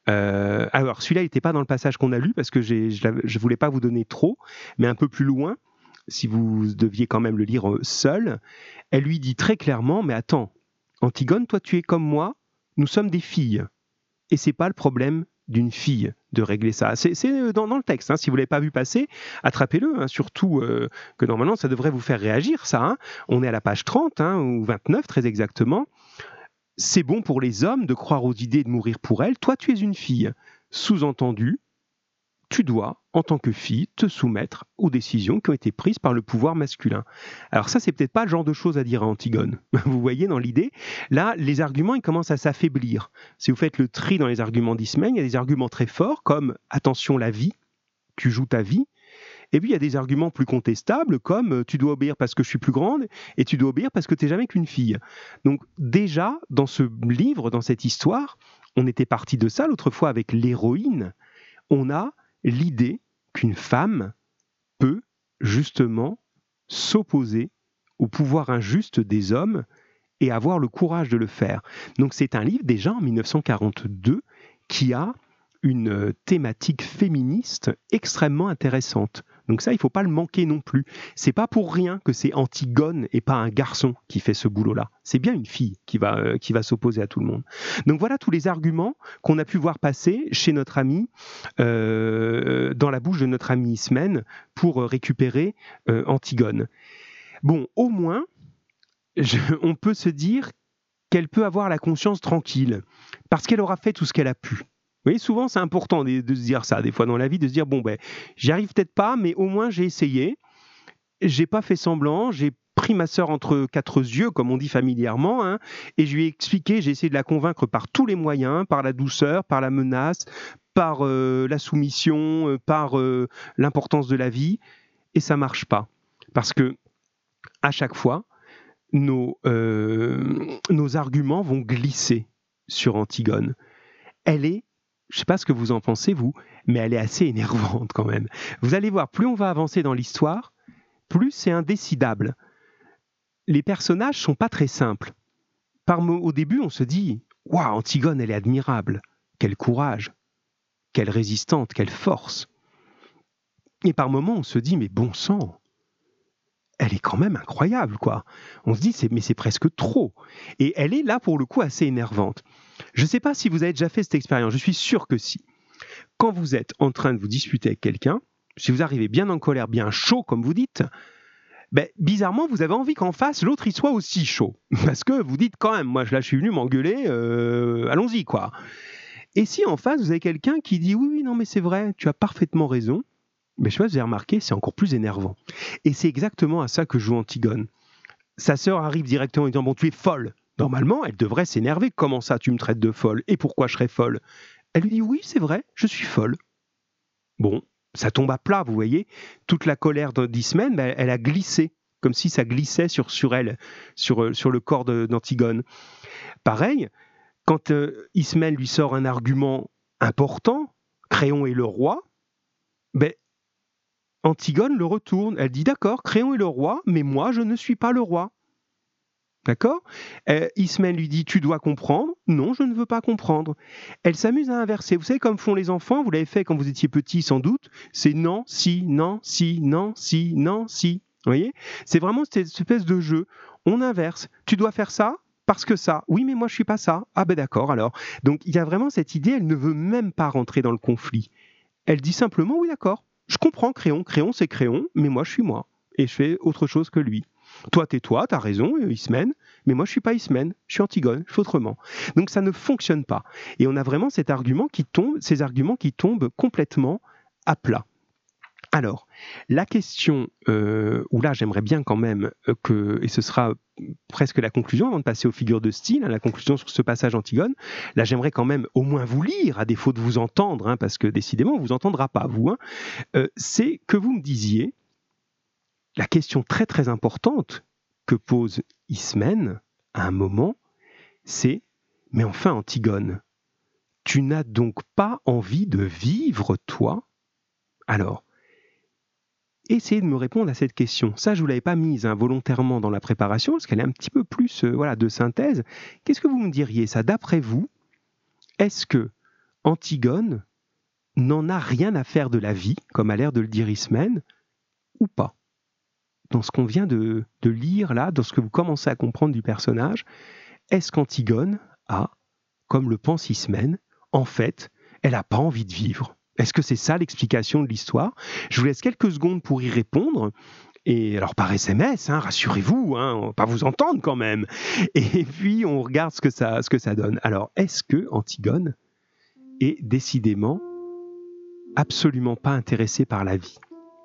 Euh, alors, celui-là, il n'était pas dans le passage qu'on a lu parce que j'ai, je ne voulais pas vous donner trop, mais un peu plus loin, si vous deviez quand même le lire seul, elle lui dit très clairement, mais attends, Antigone, toi tu es comme moi, nous sommes des filles. Et ce n'est pas le problème d'une fille de régler ça. C'est, c'est dans, dans le texte, hein, si vous ne l'avez pas vu passer, attrapez-le, hein, surtout euh, que normalement ça devrait vous faire réagir, ça. Hein. On est à la page trente, hein, ou vingt-neuf très exactement. C'est bon pour les hommes de croire aux idées et de mourir pour elles. Toi, tu es une fille. Sous-entendu, tu dois, en tant que fille, te soumettre aux décisions qui ont été prises par le pouvoir masculin. Alors ça, c'est peut-être pas le genre de choses à dire à Antigone. Vous voyez dans l'idée, là, les arguments, ils commencent à s'affaiblir. Si vous faites le tri dans les arguments d'Ismène, il y a des arguments très forts comme « attention, la vie, tu joues ta vie ». Et puis, il y a des arguments plus contestables comme « tu dois obéir parce que je suis plus grande et tu dois obéir parce que tu n'es jamais qu'une fille ». Donc déjà, dans ce livre, dans cette histoire, on était parti de ça l'autre fois avec l'héroïne. On a l'idée qu'une femme peut justement s'opposer au pouvoir injuste des hommes et avoir le courage de le faire. Donc c'est un livre déjà en dix-neuf cent quarante-deux qui a une thématique féministe extrêmement intéressante. Donc ça, il ne faut pas le manquer non plus. C'est pas pour rien que c'est Antigone et pas un garçon qui fait ce boulot-là. C'est bien une fille qui va, euh, qui va s'opposer à tout le monde. Donc voilà tous les arguments qu'on a pu voir passer chez notre ami, euh, dans la bouche de notre ami Ismène pour récupérer euh, Antigone. Bon, au moins, je, on peut se dire qu'elle peut avoir la conscience tranquille parce qu'elle aura fait tout ce qu'elle a pu. Vous voyez, souvent, c'est important de, de se dire ça, des fois dans la vie, de se dire, bon, ben, j'y arrive peut-être pas, mais au moins, j'ai essayé. J'ai pas fait semblant, j'ai pris ma sœur entre quatre yeux, comme on dit familièrement, hein, et je lui ai expliqué, j'ai essayé de la convaincre par tous les moyens, par la douceur, par la menace, par euh, la soumission, euh, par euh, l'importance de la vie, et ça marche pas. Parce que à chaque fois, nos, euh, nos arguments vont glisser sur Antigone. Elle est, je ne sais pas ce que vous en pensez, vous, mais elle est assez énervante quand même. Vous allez voir, plus on va avancer dans l'histoire, plus c'est indécidable. Les personnages ne sont pas très simples. Par, au début, on se dit « Waouh, Antigone, elle est admirable. Quel courage, quelle résistante, quelle force. » Et par moments, on se dit « Mais bon sang, elle est quand même incroyable, quoi. » On se dit « Mais c'est presque trop. » Et elle est là, pour le coup, assez énervante. Je ne sais pas si vous avez déjà fait cette expérience. Je suis sûr que si. Quand vous êtes en train de vous disputer avec quelqu'un, si vous arrivez bien en colère, bien chaud, comme vous dites, ben, bizarrement, vous avez envie qu'en face, l'autre, il soit aussi chaud. Parce que vous dites quand même, moi, là, je suis venu m'engueuler, euh, allons-y, quoi. Et si en face, vous avez quelqu'un qui dit, oui, oui, non, mais c'est vrai, tu as parfaitement raison, mais je sais pas si vous avez remarqué, c'est encore plus énervant. Et c'est exactement à ça que joue Antigone. Sa sœur arrive directement en disant, bon, tu es folle. Normalement, elle devrait s'énerver. Comment ça, tu me traites de folle? Et pourquoi je serais folle? Elle lui dit, oui, c'est vrai, je suis folle. Bon, ça tombe à plat, vous voyez. Toute la colère d'Ismène, ben, elle a glissé, comme si ça glissait sur, sur elle, sur, sur le corps de, d'Antigone. Pareil, quand euh, Ismène lui sort un argument important, Créon est le roi, ben, Antigone le retourne. Elle dit, d'accord, Créon est le roi, mais moi, je ne suis pas le roi. D'accord ? euh, Ismène lui dit, tu dois comprendre. Non, je ne veux pas comprendre. Elle s'amuse à inverser. Vous savez, comme font les enfants, vous l'avez fait quand vous étiez petit, sans doute, c'est non, si, non, si, non, si, non, si. Vous voyez ? C'est vraiment cette espèce de jeu. On inverse. Tu dois faire ça parce que ça. Oui, mais moi, je ne suis pas ça. Ah ben d'accord, alors. Donc, il y a vraiment cette idée, elle ne veut même pas rentrer dans le conflit. Elle dit simplement, oui, d'accord, je comprends Créon. Créon, c'est Créon, mais moi, je suis moi. Et je fais autre chose que lui. Toi, t'es toi, t'as raison, Ismène, mais moi, je suis pas Ismène, je suis Antigone, je fais autrement. Donc, ça ne fonctionne pas. Et on a vraiment cet argument qui tombe, ces arguments qui tombent complètement à plat. Alors, la question, euh, où là, j'aimerais bien quand même que, et ce sera presque la conclusion, avant de passer aux figures de style, hein, la conclusion sur ce passage Antigone, là, j'aimerais quand même au moins vous lire, à défaut de vous entendre, hein, parce que décidément, on ne vous entendra pas, vous, hein, euh, c'est que vous me disiez, la question très très importante que pose Ismène à un moment, c'est « Mais enfin Antigone, tu n'as donc pas envie de vivre, toi ?» Alors, essayez de me répondre à cette question. Ça, je ne vous l'avais pas mise hein, volontairement dans la préparation, parce qu'elle est un petit peu plus euh, voilà, de synthèse. Qu'est-ce que vous me diriez, ça, d'après vous? Est-ce que Antigone n'en a rien à faire de la vie, comme a l'air de le dire Ismène, ou pas? Dans ce qu'on vient de, de lire là, dans ce que vous commencez à comprendre du personnage, est-ce qu'Antigone a, comme le pense Ismène, en fait, elle n'a pas envie de vivre? Est-ce que c'est ça l'explication de l'histoire? Je vous laisse quelques secondes pour y répondre. Et alors par S M S, hein, rassurez-vous, hein, on va pas vous entendre quand même. Et puis on regarde ce que ça, ce que ça donne. Alors est-ce que Antigone est décidément absolument pas intéressée par la vie?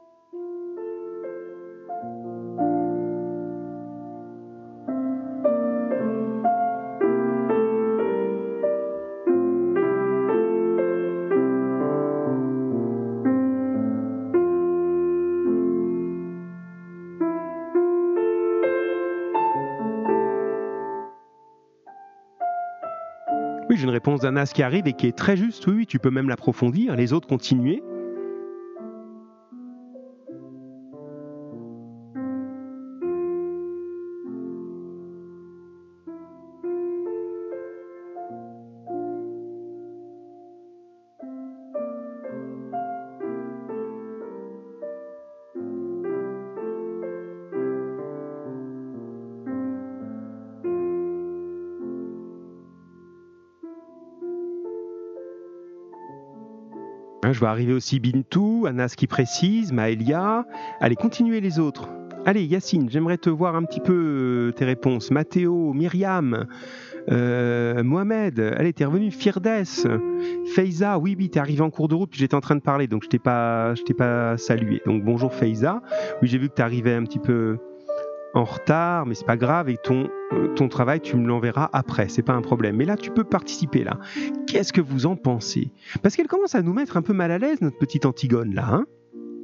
Oui, j'ai une réponse d'Anas qui arrive et qui est très juste. Oui, oui, tu peux même l'approfondir. Les autres, continuez. Je vais arriver aussi Bintou, Anas qui précise, Maëlia. Allez, continuez les autres. Allez, Yacine, j'aimerais te voir un petit peu euh, tes réponses. Mathéo, Myriam, euh, Mohamed, allez, t'es revenu. Firdes, Feiza, oui, oui, t'es arrivé en cours de route, puis j'étais en train de parler, donc je t'ai pas, je t'ai pas salué. Donc bonjour Feiza. Oui, j'ai vu que t'es arrivé un petit peu en retard, mais c'est pas grave. Et ton ton travail, tu me l'enverras après, c'est pas un problème. Mais là, tu peux participer là. Qu'est-ce que vous en pensez ? Parce qu'elle commence à nous mettre un peu mal à l'aise, notre petite Antigone là, hein ?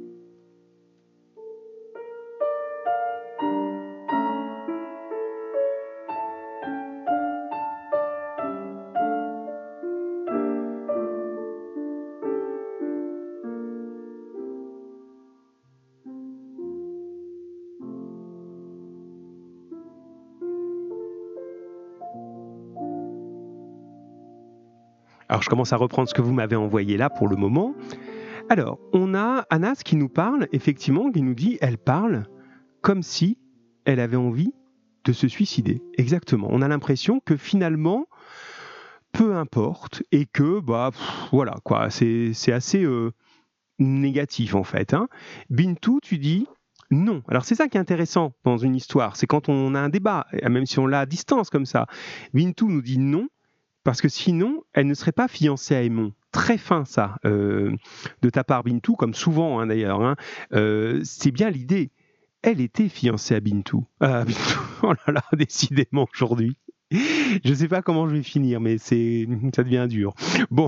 Alors, je commence à reprendre ce que vous m'avez envoyé là pour le moment. Alors, on a Anas qui nous parle, effectivement, qui nous dit, elle parle comme si elle avait envie de se suicider. Exactement. On a l'impression que finalement, peu importe, et que, bah, pff, voilà, quoi, c'est, c'est assez euh, négatif en fait. Hein. Bintou, tu dis non. Alors, c'est ça qui est intéressant dans une histoire, c'est quand on a un débat, même si on l'a à distance comme ça. Bintou nous dit non, parce que sinon, elle ne serait pas fiancée à Aimon. Très fin, ça, euh, de ta part, Bintou, comme souvent, hein, d'ailleurs. Hein. Euh, c'est bien l'idée. Elle était fiancée à Bintou. Ah, Bintou, oh là là, décidément, aujourd'hui. Je ne sais pas comment je vais finir, mais c'est, ça devient dur. Bon,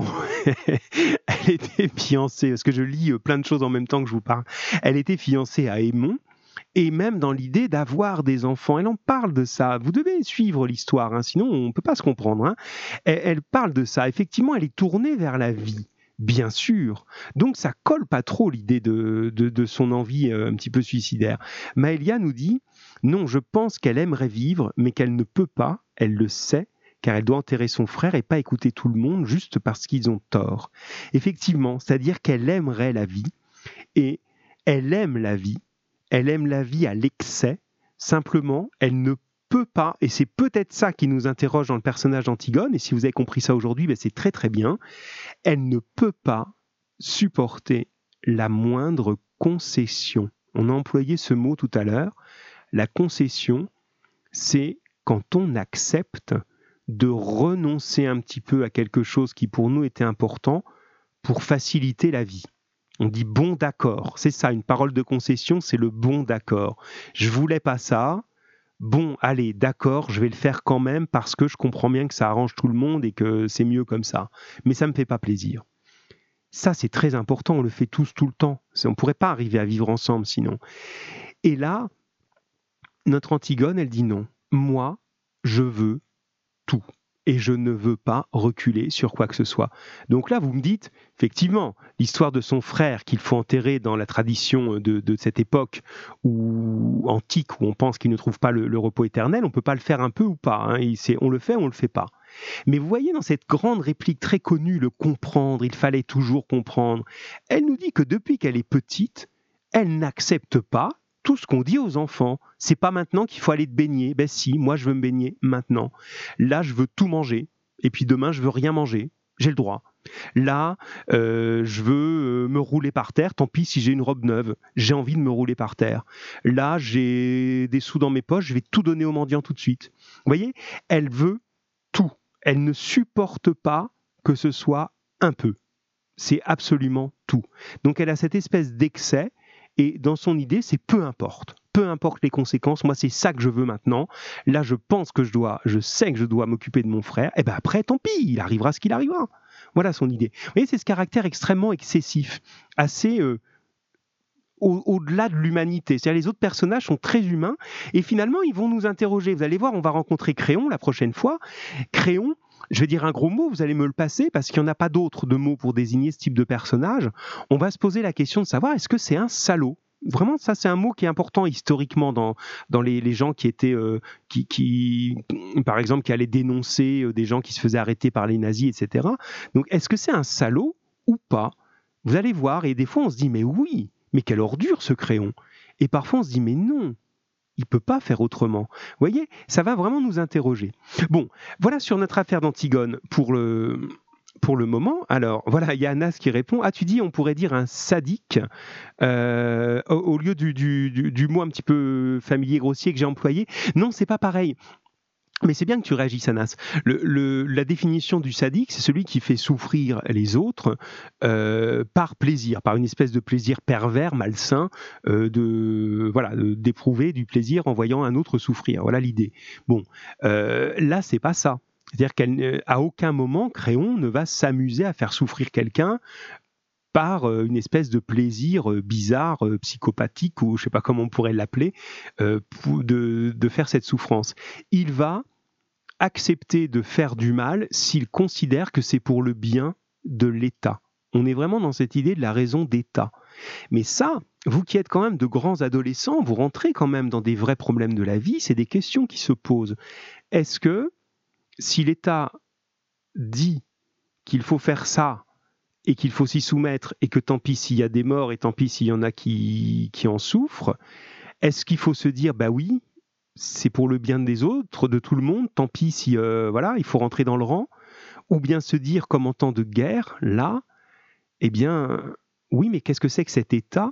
elle était fiancée, parce que je lis plein de choses en même temps que je vous parle. Elle était fiancée à Aimon, et même dans l'idée d'avoir des enfants. Elle en parle de ça. Vous devez suivre l'histoire, hein, sinon on ne peut pas se comprendre. Hein. Elle, elle parle de ça. Effectivement, elle est tournée vers la vie, bien sûr. Donc ça colle pas trop l'idée de, de, de son envie euh, un petit peu suicidaire. Maëlia nous dit, non, je pense qu'elle aimerait vivre, mais qu'elle ne peut pas, elle le sait, car elle doit enterrer son frère et pas écouter tout le monde juste parce qu'ils ont tort. Effectivement, c'est-à-dire qu'elle aimerait la vie, et elle aime la vie, elle aime la vie à l'excès, simplement, elle ne peut pas, et c'est peut-être ça qui nous interroge dans le personnage d'Antigone, et si vous avez compris ça aujourd'hui, ben c'est très très bien, elle ne peut pas supporter la moindre concession. On a employé ce mot tout à l'heure, la concession, c'est quand on accepte de renoncer un petit peu à quelque chose qui pour nous était important pour faciliter la vie. On dit bon d'accord, c'est ça, une parole de concession, c'est le bon d'accord. Je voulais pas ça, bon, allez, d'accord, je vais le faire quand même parce que je comprends bien que ça arrange tout le monde et que c'est mieux comme ça. Mais ça me fait pas plaisir. Ça, c'est très important, on le fait tous tout le temps. On ne pourrait pas arriver à vivre ensemble sinon. Et là, notre Antigone, elle dit non. Moi, je veux tout. Et je ne veux pas reculer sur quoi que ce soit. Donc là, vous me dites, effectivement, l'histoire de son frère qu'il faut enterrer dans la tradition de, de cette époque où, antique, où on pense qu'il ne trouve pas le, le repos éternel, on ne peut pas le faire un peu ou pas. Hein, et c'est, on le fait ou on ne le fait pas. Mais vous voyez dans cette grande réplique très connue, le comprendre, il fallait toujours comprendre, elle nous dit que depuis qu'elle est petite, elle n'accepte pas tout ce qu'on dit aux enfants. C'est pas maintenant qu'il faut aller te baigner. Ben si, moi je veux me baigner maintenant. Là, je veux tout manger. Et puis demain, je veux rien manger. J'ai le droit. Là, euh, je veux me rouler par terre. Tant pis si j'ai une robe neuve. J'ai envie de me rouler par terre. Là, j'ai des sous dans mes poches. Je vais tout donner aux mendiants tout de suite. Vous voyez, elle veut tout. Elle ne supporte pas que ce soit un peu. C'est absolument tout. Donc elle a cette espèce d'excès. Et dans son idée, c'est peu importe. Peu importe les conséquences, moi c'est ça que je veux maintenant. Là, je pense que je dois, je sais que je dois m'occuper de mon frère. Et bien après, tant pis, il arrivera ce qu'il arrivera. Voilà son idée. Vous voyez, c'est ce caractère extrêmement excessif, assez euh, au- au-delà de l'humanité. C'est-à-dire les autres personnages sont très humains et finalement, ils vont nous interroger. Vous allez voir, on va rencontrer Créon la prochaine fois. Créon, je vais dire un gros mot, vous allez me le passer parce qu'il n'y en a pas d'autres de mots pour désigner ce type de personnage. On va se poser la question de savoir est-ce que c'est un salaud ? Vraiment, ça, c'est un mot qui est important historiquement dans, dans les, les gens qui étaient, euh, qui, qui, par exemple, qui allaient dénoncer euh, des gens qui se faisaient arrêter par les nazis, et cetera. Donc, est-ce que c'est un salaud ou pas ? Vous allez voir, et des fois, on se dit, mais oui, mais quelle ordure ce Créon ! Et parfois, on se dit, mais non, il ne peut pas faire autrement. Vous voyez, ça va vraiment nous interroger. Bon, voilà sur notre affaire d'Antigone pour le, pour le moment. Alors, voilà, il y a Anas qui répond. Ah, tu dis, on pourrait dire un sadique, euh, au, au lieu du, du, du, du mot un petit peu familier, grossier que j'ai employé. Non, c'est pas pareil. Mais c'est bien que tu réagisses, Anas. Le, le, la définition du sadique, c'est celui qui fait souffrir les autres euh, par plaisir, par une espèce de plaisir pervers, malsain, euh, de, voilà, de, d'éprouver du plaisir en voyant un autre souffrir. Voilà l'idée. Bon, euh, là, c'est pas ça. C'est-à-dire qu'à aucun moment, Créon ne va s'amuser à faire souffrir quelqu'un par une espèce de plaisir bizarre, psychopathique, ou je ne sais pas comment on pourrait l'appeler, euh, de, de faire cette souffrance. Il va accepter de faire du mal s'il considère que c'est pour le bien de l'État. On est vraiment dans cette idée de la raison d'État. Mais ça, vous qui êtes quand même de grands adolescents, vous rentrez quand même dans des vrais problèmes de la vie, c'est des questions qui se posent. Est-ce que, si l'État dit qu'il faut faire ça, et qu'il faut s'y soumettre, et que tant pis s'il y a des morts, et tant pis s'il y en a qui, qui en souffrent, est-ce qu'il faut se dire, bah oui, c'est pour le bien des autres, de tout le monde, tant pis si, euh, voilà, il faut rentrer dans le rang, ou bien se dire, comme en temps de guerre, là, eh bien, oui, mais qu'est-ce que c'est que cet État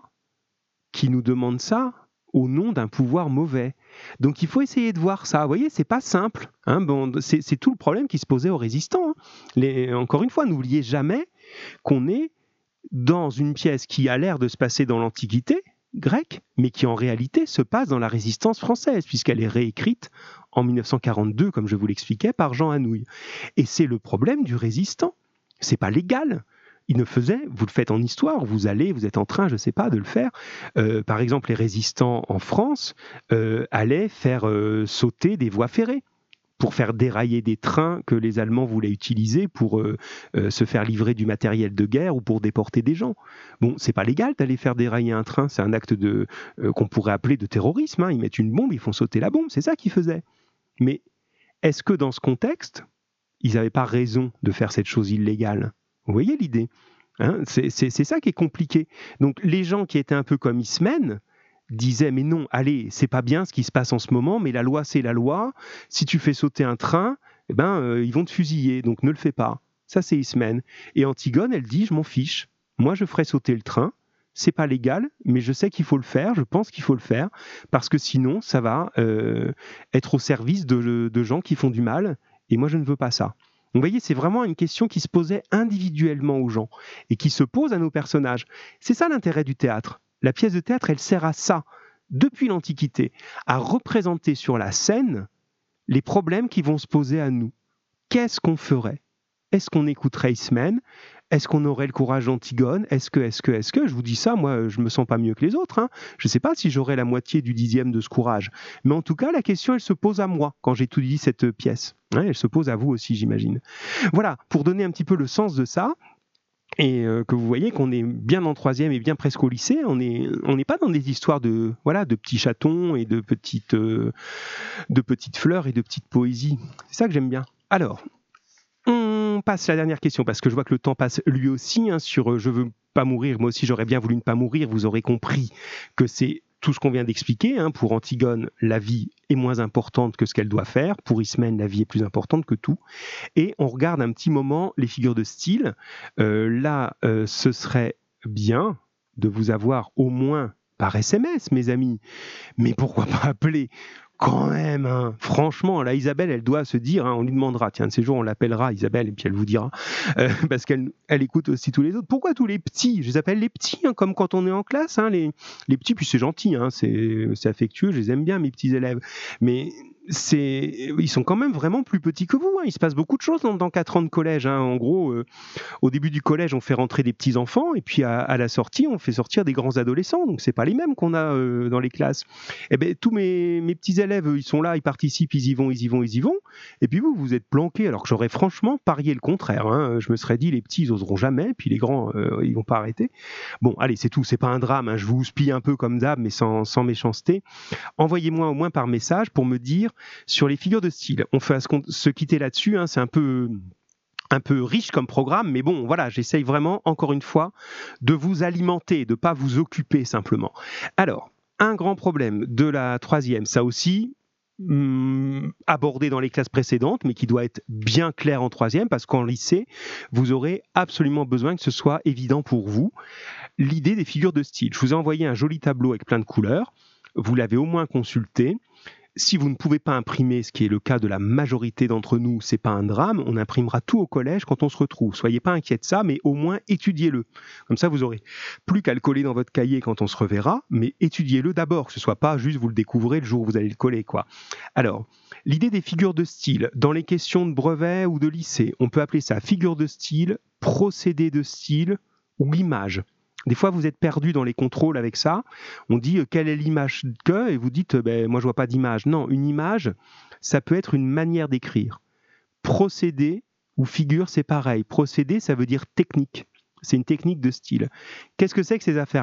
qui nous demande ça au nom d'un pouvoir mauvais? Donc il faut essayer de voir ça. Vous voyez, c'est pas simple. Hein, bon, c'est, c'est tout le problème qui se posait aux résistants. Hein. Les, encore une fois, n'oubliez jamais qu'on est dans une pièce qui a l'air de se passer dans l'Antiquité grecque, mais qui en réalité se passe dans la Résistance française, puisqu'elle est réécrite en mille neuf cent quarante-deux, comme je vous l'expliquais, par Jean Anouilh. Et c'est le problème du résistant. C'est pas légal. Il ne faisait, vous le faites en histoire, vous allez, vous êtes en train, je ne sais pas, de le faire. Euh, par exemple, les résistants en France euh, allaient faire euh, sauter des voies ferrées pour faire dérailler des trains que les Allemands voulaient utiliser pour euh, euh, se faire livrer du matériel de guerre ou pour déporter des gens. Bon, c'est pas légal d'aller faire dérailler un train, c'est un acte de, euh, qu'on pourrait appeler de terrorisme. Hein. Ils mettent une bombe, ils font sauter la bombe, c'est ça qu'ils faisaient. Mais est-ce que dans ce contexte, ils n'avaient pas raison de faire cette chose illégale ? Vous voyez l'idée, hein, c'est, c'est, c'est ça qui est compliqué. Donc les gens qui étaient un peu comme Ismène disaient, mais non, allez, c'est pas bien ce qui se passe en ce moment, mais la loi c'est la loi, si tu fais sauter un train, eh ben, euh, ils vont te fusiller, donc ne le fais pas. Ça c'est Ismène. Et Antigone, elle dit, je m'en fiche, moi je ferai sauter le train, c'est pas légal, mais je sais qu'il faut le faire, je pense qu'il faut le faire, parce que sinon ça va euh, être au service de, de gens qui font du mal, et moi je ne veux pas ça. Donc, vous voyez, c'est vraiment une question qui se posait individuellement aux gens et qui se pose à nos personnages. C'est ça l'intérêt du théâtre. La pièce de théâtre, elle sert à ça, depuis l'Antiquité, à représenter sur la scène les problèmes qui vont se poser à nous. Qu'est-ce qu'on ferait ? Est-ce qu'on écouterait Ismène ? Est-ce qu'on aurait le courage d'Antigone ? Est-ce que, est-ce que, est-ce que, je vous dis ça, moi, je me sens pas mieux que les autres. Hein. Je ne sais pas si j'aurais la moitié du dixième de ce courage. Mais en tout cas, la question, elle se pose à moi quand j'étudie cette pièce. Ouais, elle se pose à vous aussi, j'imagine. Voilà, pour donner un petit peu le sens de ça, et euh, que vous voyez qu'on est bien en troisième et bien presque au lycée, on n'est on n'est pas dans des histoires de, voilà, de petits chatons et de petites, euh, de petites fleurs et de petites poésies. C'est ça que j'aime bien. Alors, on passe à la dernière question, parce que je vois que le temps passe lui aussi, hein, sur euh, « Je veux pas mourir ». Moi aussi, j'aurais bien voulu ne pas mourir. Vous aurez compris que c'est tout ce qu'on vient d'expliquer. Hein. Pour Antigone, la vie est moins importante que ce qu'elle doit faire. Pour Ismène, la vie est plus importante que tout. Et on regarde un petit moment les figures de style. Euh, là, euh, ce serait bien de vous avoir au moins par S M S, mes amis. Mais pourquoi pas appeler ? Quand même, hein. Franchement, là, Isabelle, elle doit se dire, hein, on lui demandera, tiens, de ces jours, on l'appellera, Isabelle, et puis elle vous dira, euh, parce qu'elle elle écoute aussi tous les autres. Pourquoi tous les petits ? Je les appelle les petits, hein, comme quand on est en classe, hein, les, les petits, puis c'est gentil, hein, c'est, c'est affectueux, je les aime bien, mes petits élèves. Mais c'est, ils sont quand même vraiment plus petits que vous. Hein. Il se passe beaucoup de choses dans, dans quatre ans de collège. Hein. En gros, euh, au début du collège, on fait rentrer des petits enfants, et puis à, à la sortie, on fait sortir des grands adolescents. Donc c'est pas les mêmes qu'on a euh, dans les classes. Eh ben, tous mes, mes petits élèves, ils sont là, ils participent, ils y vont, ils y vont, ils y vont. Et puis vous, vous êtes planqués. Alors que j'aurais franchement parié le contraire. Hein. Je me serais dit, les petits, ils oseront jamais, puis les grands, euh, ils vont pas arrêter. Bon, allez, c'est tout. C'est pas un drame. Hein. Je vous houspille un peu comme d'hab, mais sans, sans méchanceté. Envoyez-moi au moins par message pour me dire sur les figures de style. On fait se quitter là-dessus. Hein. C'est un peu... un peu riche comme programme, mais bon, voilà, j'essaye vraiment, encore une fois, de vous alimenter, de ne pas vous occuper simplement. Alors, un grand problème de la troisième, ça aussi, hum, abordé dans les classes précédentes, mais qui doit être bien clair en troisième, parce qu'en lycée, vous aurez absolument besoin que ce soit évident pour vous. L'idée des figures de style. Je vous ai envoyé un joli tableau avec plein de couleurs, vous l'avez au moins consulté. Si vous ne pouvez pas imprimer, ce qui est le cas de la majorité d'entre nous, c'est pas un drame, on imprimera tout au collège quand on se retrouve. Soyez pas inquiets de ça, mais au moins étudiez-le. Comme ça, vous aurez plus qu'à le coller dans votre cahier quand on se reverra, mais étudiez-le d'abord, que ce soit pas juste vous le découvrez le jour où vous allez le coller, quoi. Alors, l'idée des figures de style, dans les questions de brevet ou de lycée, on peut appeler ça figure de style, procédé de style ou image. Des fois, vous êtes perdu dans les contrôles avec ça. On dit euh, quelle est l'image que, et vous dites euh, ben, moi je vois pas d'image. Non, une image, ça peut être une manière d'écrire. Procédé ou figure, c'est pareil. Procédé, ça veut dire technique. C'est une technique de style. Qu'est-ce que c'est que ces affaires-là ?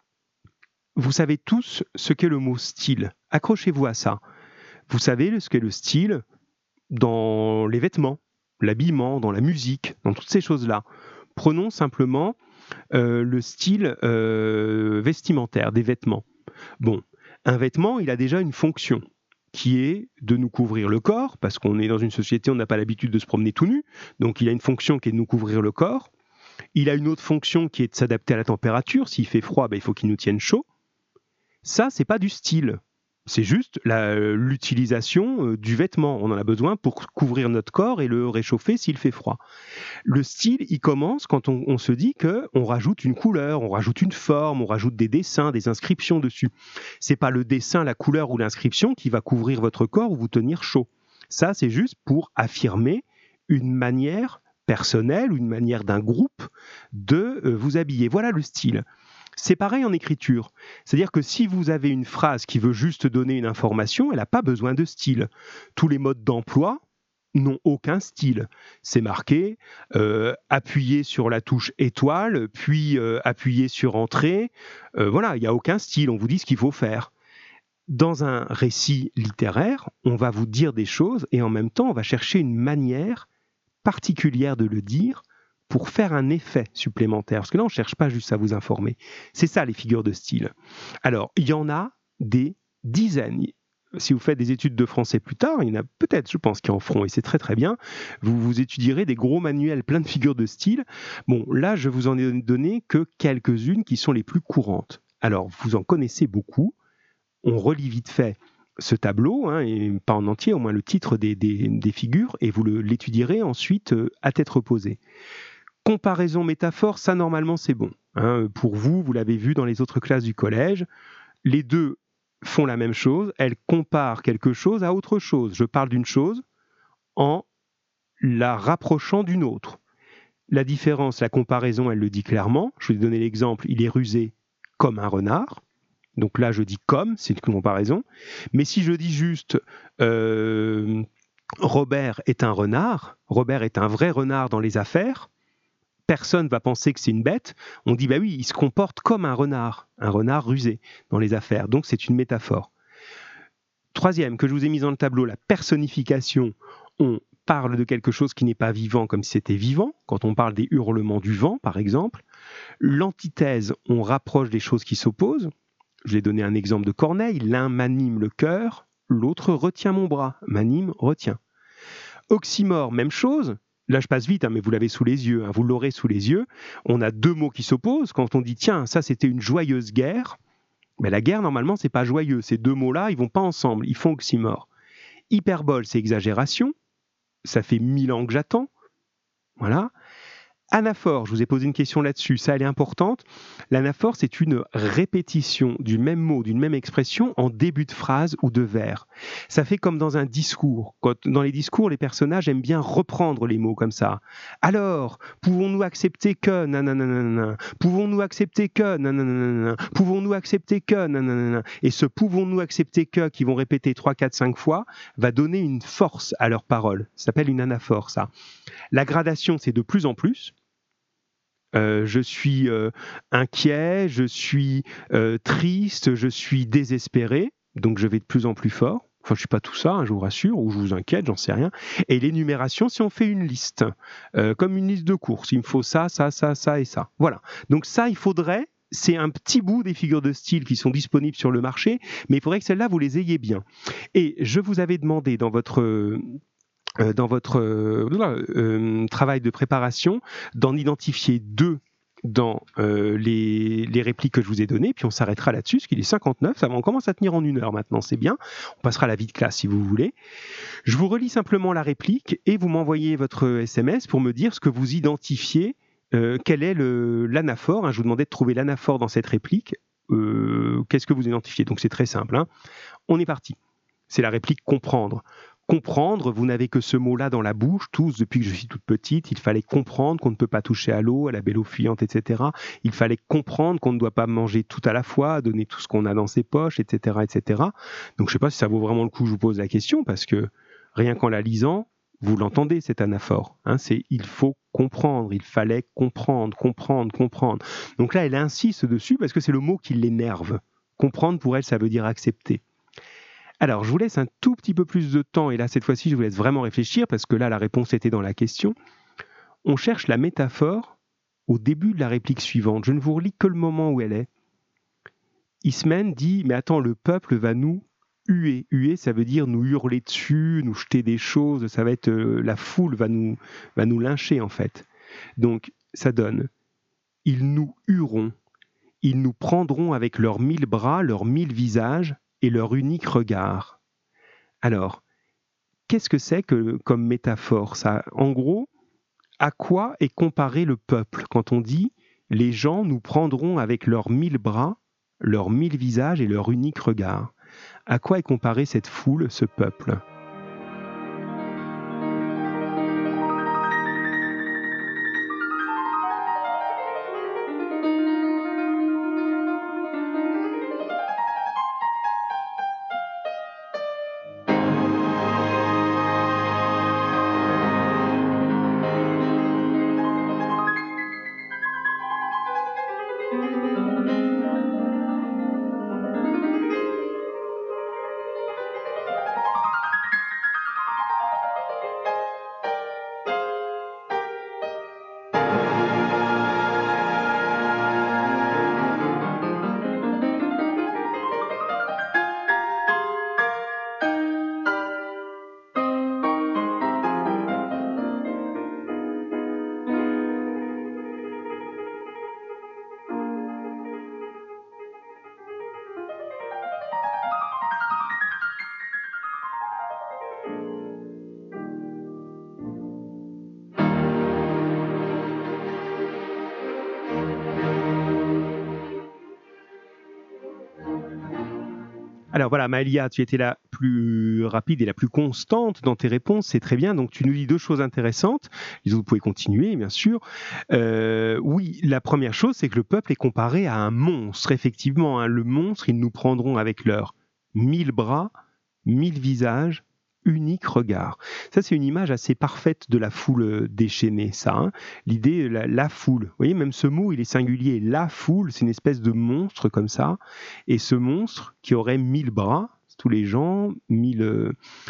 Vous savez tous ce qu'est le mot style. Accrochez-vous à ça. Vous savez ce qu'est le style dans les vêtements, l'habillement, dans la musique, dans toutes ces choses-là. Prenons simplement Euh, le style euh, vestimentaire des vêtements. Bon, un vêtement, il a déjà une fonction qui est de nous couvrir le corps, parce qu'on est dans une société, on n'a pas l'habitude de se promener tout nu, donc il a une fonction qui est de nous couvrir le corps. Il a une autre fonction qui est de s'adapter à la température. S'il fait froid, ben, il faut qu'il nous tienne chaud. Ça, c'est pas du style. C'est juste la, l'utilisation euh, du vêtement. On en a besoin pour couvrir notre corps et le réchauffer s'il fait froid. Le style, il commence quand on, on se dit qu'on rajoute une couleur, on rajoute une forme, on rajoute des dessins, des inscriptions dessus. C'est pas le dessin, la couleur ou l'inscription qui va couvrir votre corps ou vous tenir chaud. Ça, c'est juste pour affirmer une manière personnelle ou une manière d'un groupe de euh, vous habiller. Voilà le style. C'est pareil en écriture. C'est-à-dire que si vous avez une phrase qui veut juste donner une information, elle n'a pas besoin de style. Tous les modes d'emploi n'ont aucun style. C'est marqué, euh, appuyez sur la touche étoile, puis euh, appuyez sur entrée. Euh, voilà, il n'y a aucun style, on vous dit ce qu'il faut faire. Dans un récit littéraire, on va vous dire des choses et en même temps, on va chercher une manière particulière de le dire pour faire un effet supplémentaire. Parce que là, on ne cherche pas juste à vous informer. C'est ça, les figures de style. Alors, il y en a des dizaines. Si vous faites des études de français plus tard, il y en a peut-être, je pense, qui en feront, et c'est très très bien. Vous vous étudierez des gros manuels plein de figures de style. Bon, là, je vous en ai donné que quelques-unes qui sont les plus courantes. Alors, vous en connaissez beaucoup. On relit vite fait ce tableau, hein, et pas en entier, au moins le titre des, des, des figures, et vous le, l'étudierez ensuite euh, à tête reposée. Comparaison métaphore, ça normalement c'est bon. Hein. Pour vous, vous l'avez vu dans les autres classes du collège, les deux font la même chose, elles comparent quelque chose à autre chose. Je parle d'une chose en la rapprochant d'une autre. La différence, la comparaison, elle le dit clairement. Je vais vous donner l'exemple, il est rusé comme un renard. Donc là, je dis comme, c'est une comparaison. Mais si je dis juste euh, Robert est un renard, Robert est un vrai renard dans les affaires, personne ne va penser que c'est une bête. On dit, bah oui, il se comporte comme un renard, un renard rusé dans les affaires. Donc c'est une métaphore. Troisième, que je vous ai mis dans le tableau, la personnification. On parle de quelque chose qui n'est pas vivant comme si c'était vivant, quand on parle des hurlements du vent, par exemple. L'antithèse, on rapproche des choses qui s'opposent. Je vais donner un exemple de Corneille. L'un m'anime le cœur, l'autre retient mon bras. M'anime, retient. Oxymore, même chose. Là, je passe vite, hein, mais vous l'avez sous les yeux. Hein, vous l'aurez sous les yeux. On a deux mots qui s'opposent. Quand on dit, tiens, ça, c'était une joyeuse guerre, ben, la guerre, normalement, c'est pas joyeux. Ces deux mots-là, ils vont pas ensemble. Ils font oxymore. Hyperbole, c'est exagération. Ça fait mille ans que j'attends. Voilà. Anaphore, je vous ai posé une question là-dessus, ça elle est importante. L'anaphore, c'est une répétition du même mot, d'une même expression en début de phrase ou de vers. Ça fait comme dans un discours. Quand, dans les discours, les personnages aiment bien reprendre les mots comme ça. Alors, pouvons-nous accepter que nananana, pouvons-nous accepter que nananana, pouvons-nous accepter que nananana. Et ce pouvons-nous accepter que qui vont répéter trois, quatre, cinq fois va donner une force à leurs paroles. Ça s'appelle une anaphore, ça. La gradation, c'est de plus en plus. Euh, je suis euh, inquiet, je suis euh, triste, je suis désespéré, donc je vais de plus en plus fort. Enfin, je ne suis pas tout ça, hein, je vous rassure, ou je vous inquiète, j'en sais rien. Et l'énumération, si on fait une liste, euh, comme une liste de courses, il me faut ça, ça, ça, ça et ça. Voilà. Donc ça, il faudrait, c'est un petit bout des figures de style qui sont disponibles sur le marché, mais il faudrait que celles-là, vous les ayez bien. Et je vous avais demandé dans votre... Euh, dans votre euh, euh, travail de préparation, d'en identifier deux dans euh, les, les répliques que je vous ai données, puis on s'arrêtera là-dessus, parce qu'il est cinquante-neuf, ça va, on commence à tenir en une heure maintenant, c'est bien. On passera à la vie de classe si vous voulez. Je vous relis simplement la réplique et vous m'envoyez votre S M S pour me dire ce que vous identifiez, euh, quel est le, l'anaphore. Hein, je vous demandais de trouver l'anaphore dans cette réplique. Euh, qu'est-ce que vous identifiez? Donc c'est très simple. Hein. On est parti. C'est la réplique comprendre. Comprendre, vous n'avez que ce mot-là dans la bouche, tous, depuis que je suis toute petite, il fallait comprendre qu'on ne peut pas toucher à l'eau, à la belle eau fuyante, et cetera. Il fallait comprendre qu'on ne doit pas manger tout à la fois, donner tout ce qu'on a dans ses poches, et cetera, et cetera. Donc je ne sais pas si ça vaut vraiment le coup que je vous pose la question, parce que rien qu'en la lisant, vous l'entendez, cet anaphore. Hein, c'est « il faut comprendre », il fallait comprendre, comprendre, comprendre. Donc là, elle insiste dessus parce que c'est le mot qui l'énerve. Comprendre, pour elle, ça veut dire accepter. Alors, je vous laisse un tout petit peu plus de temps, et là, cette fois-ci, je vous laisse vraiment réfléchir, parce que là, la réponse était dans la question. On cherche la métaphore au début de la réplique suivante. Je ne vous relis que le moment où elle est. Ismène dit « Mais attends, le peuple va nous huer ». Huer, ça veut dire nous hurler dessus, nous jeter des choses, ça va être... Euh, la foule va nous, va nous lyncher, en fait. Donc, ça donne « Ils nous hueront, ils nous prendront avec leurs mille bras, leurs mille visages, et leur unique regard ». Alors, qu'est-ce que c'est que comme métaphore ça? En gros, à quoi est comparé le peuple quand on dit « les gens nous prendront avec leurs mille bras, leurs mille visages et leur unique regard ». À quoi est comparée cette foule, ce peuple? Alors voilà, Maëlia, tu étais la plus rapide et la plus constante dans tes réponses, c'est très bien. Donc tu nous dis deux choses intéressantes. Les autres, vous pouvez continuer, bien sûr. Euh, oui, la première chose, c'est que le peuple est comparé à un monstre, effectivement. Hein. Le monstre, ils nous prendront avec leurs mille bras, mille visages, unique regard. Ça, c'est une image assez parfaite de la foule déchaînée, ça. Hein. L'idée, la, la foule. Vous voyez, même ce mot, il est singulier. La foule, c'est une espèce de monstre comme ça. Et ce monstre qui aurait mille bras, tous les gens, mille,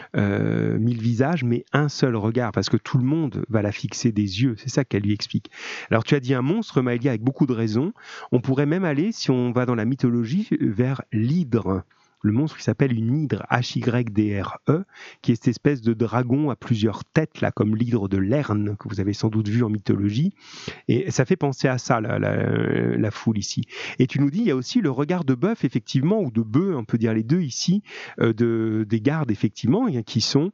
euh, mille visages, mais un seul regard, parce que tout le monde va la fixer des yeux. C'est ça qu'elle lui explique. Alors, tu as dit un monstre, Maëlia, avec beaucoup de raisons. On pourrait même aller, si on va dans la mythologie, vers l'hydre. Le monstre qui s'appelle une hydre, H Y D R E, qui est cette espèce de dragon à plusieurs têtes, là, comme l'hydre de Lerne, que vous avez sans doute vu en mythologie. Et ça fait penser à ça, la, la, la foule ici. Et tu nous dis, il y a aussi le regard de bœuf, effectivement, ou de bœuf, on peut dire les deux ici, euh, de, des gardes, effectivement, qui sont,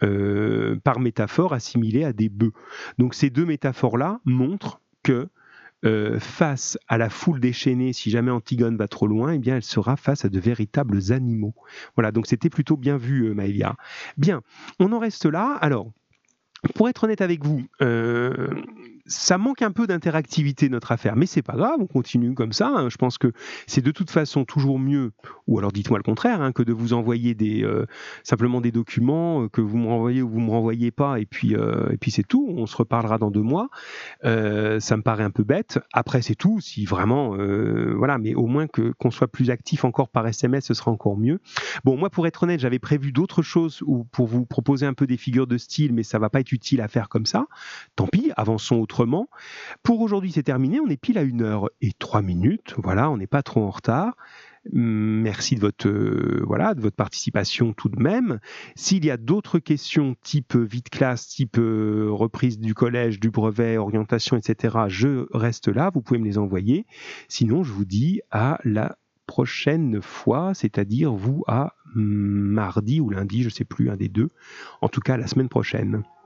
euh, par métaphore, assimilés à des bœufs. Donc ces deux métaphores-là montrent que Euh, face à la foule déchaînée, si jamais Antigone va trop loin, eh bien, elle sera face à de véritables animaux. Voilà, donc c'était plutôt bien vu, euh, Maëlia. Bien, on en reste là. Alors, pour être honnête avec vous, euh, ça manque un peu d'interactivité, notre affaire, mais c'est pas grave, on continue comme ça. Hein. Je pense que c'est de toute façon toujours mieux, ou alors dites-moi le contraire, hein, que de vous envoyer des, euh, simplement des documents, euh, que vous me renvoyez ou vous me renvoyez pas, et puis, euh, et puis c'est tout, on se reparlera dans deux mois. Euh, ça me paraît un peu bête. Après, c'est tout, si vraiment, euh, voilà, mais au moins que, qu'on soit plus actif encore par S M S, ce sera encore mieux. Bon, moi, pour être honnête, j'avais prévu d'autres choses ou pour vous proposer un peu des figures de style, mais ça va pas être utile à faire comme ça. Tant pis, avançons autrement. Pour aujourd'hui, c'est terminé. On est pile à une heure et trois minutes. Voilà, on n'est pas trop en retard. Merci de votre, euh, voilà, de votre participation tout de même. S'il y a d'autres questions type vie de classe, type euh, reprise du collège, du brevet, orientation, et cetera, je reste là, vous pouvez me les envoyer. Sinon, je vous dis à la prochaine fois, c'est-à-dire vous à mardi ou lundi, je ne sais plus, un des deux. En tout cas, la semaine prochaine.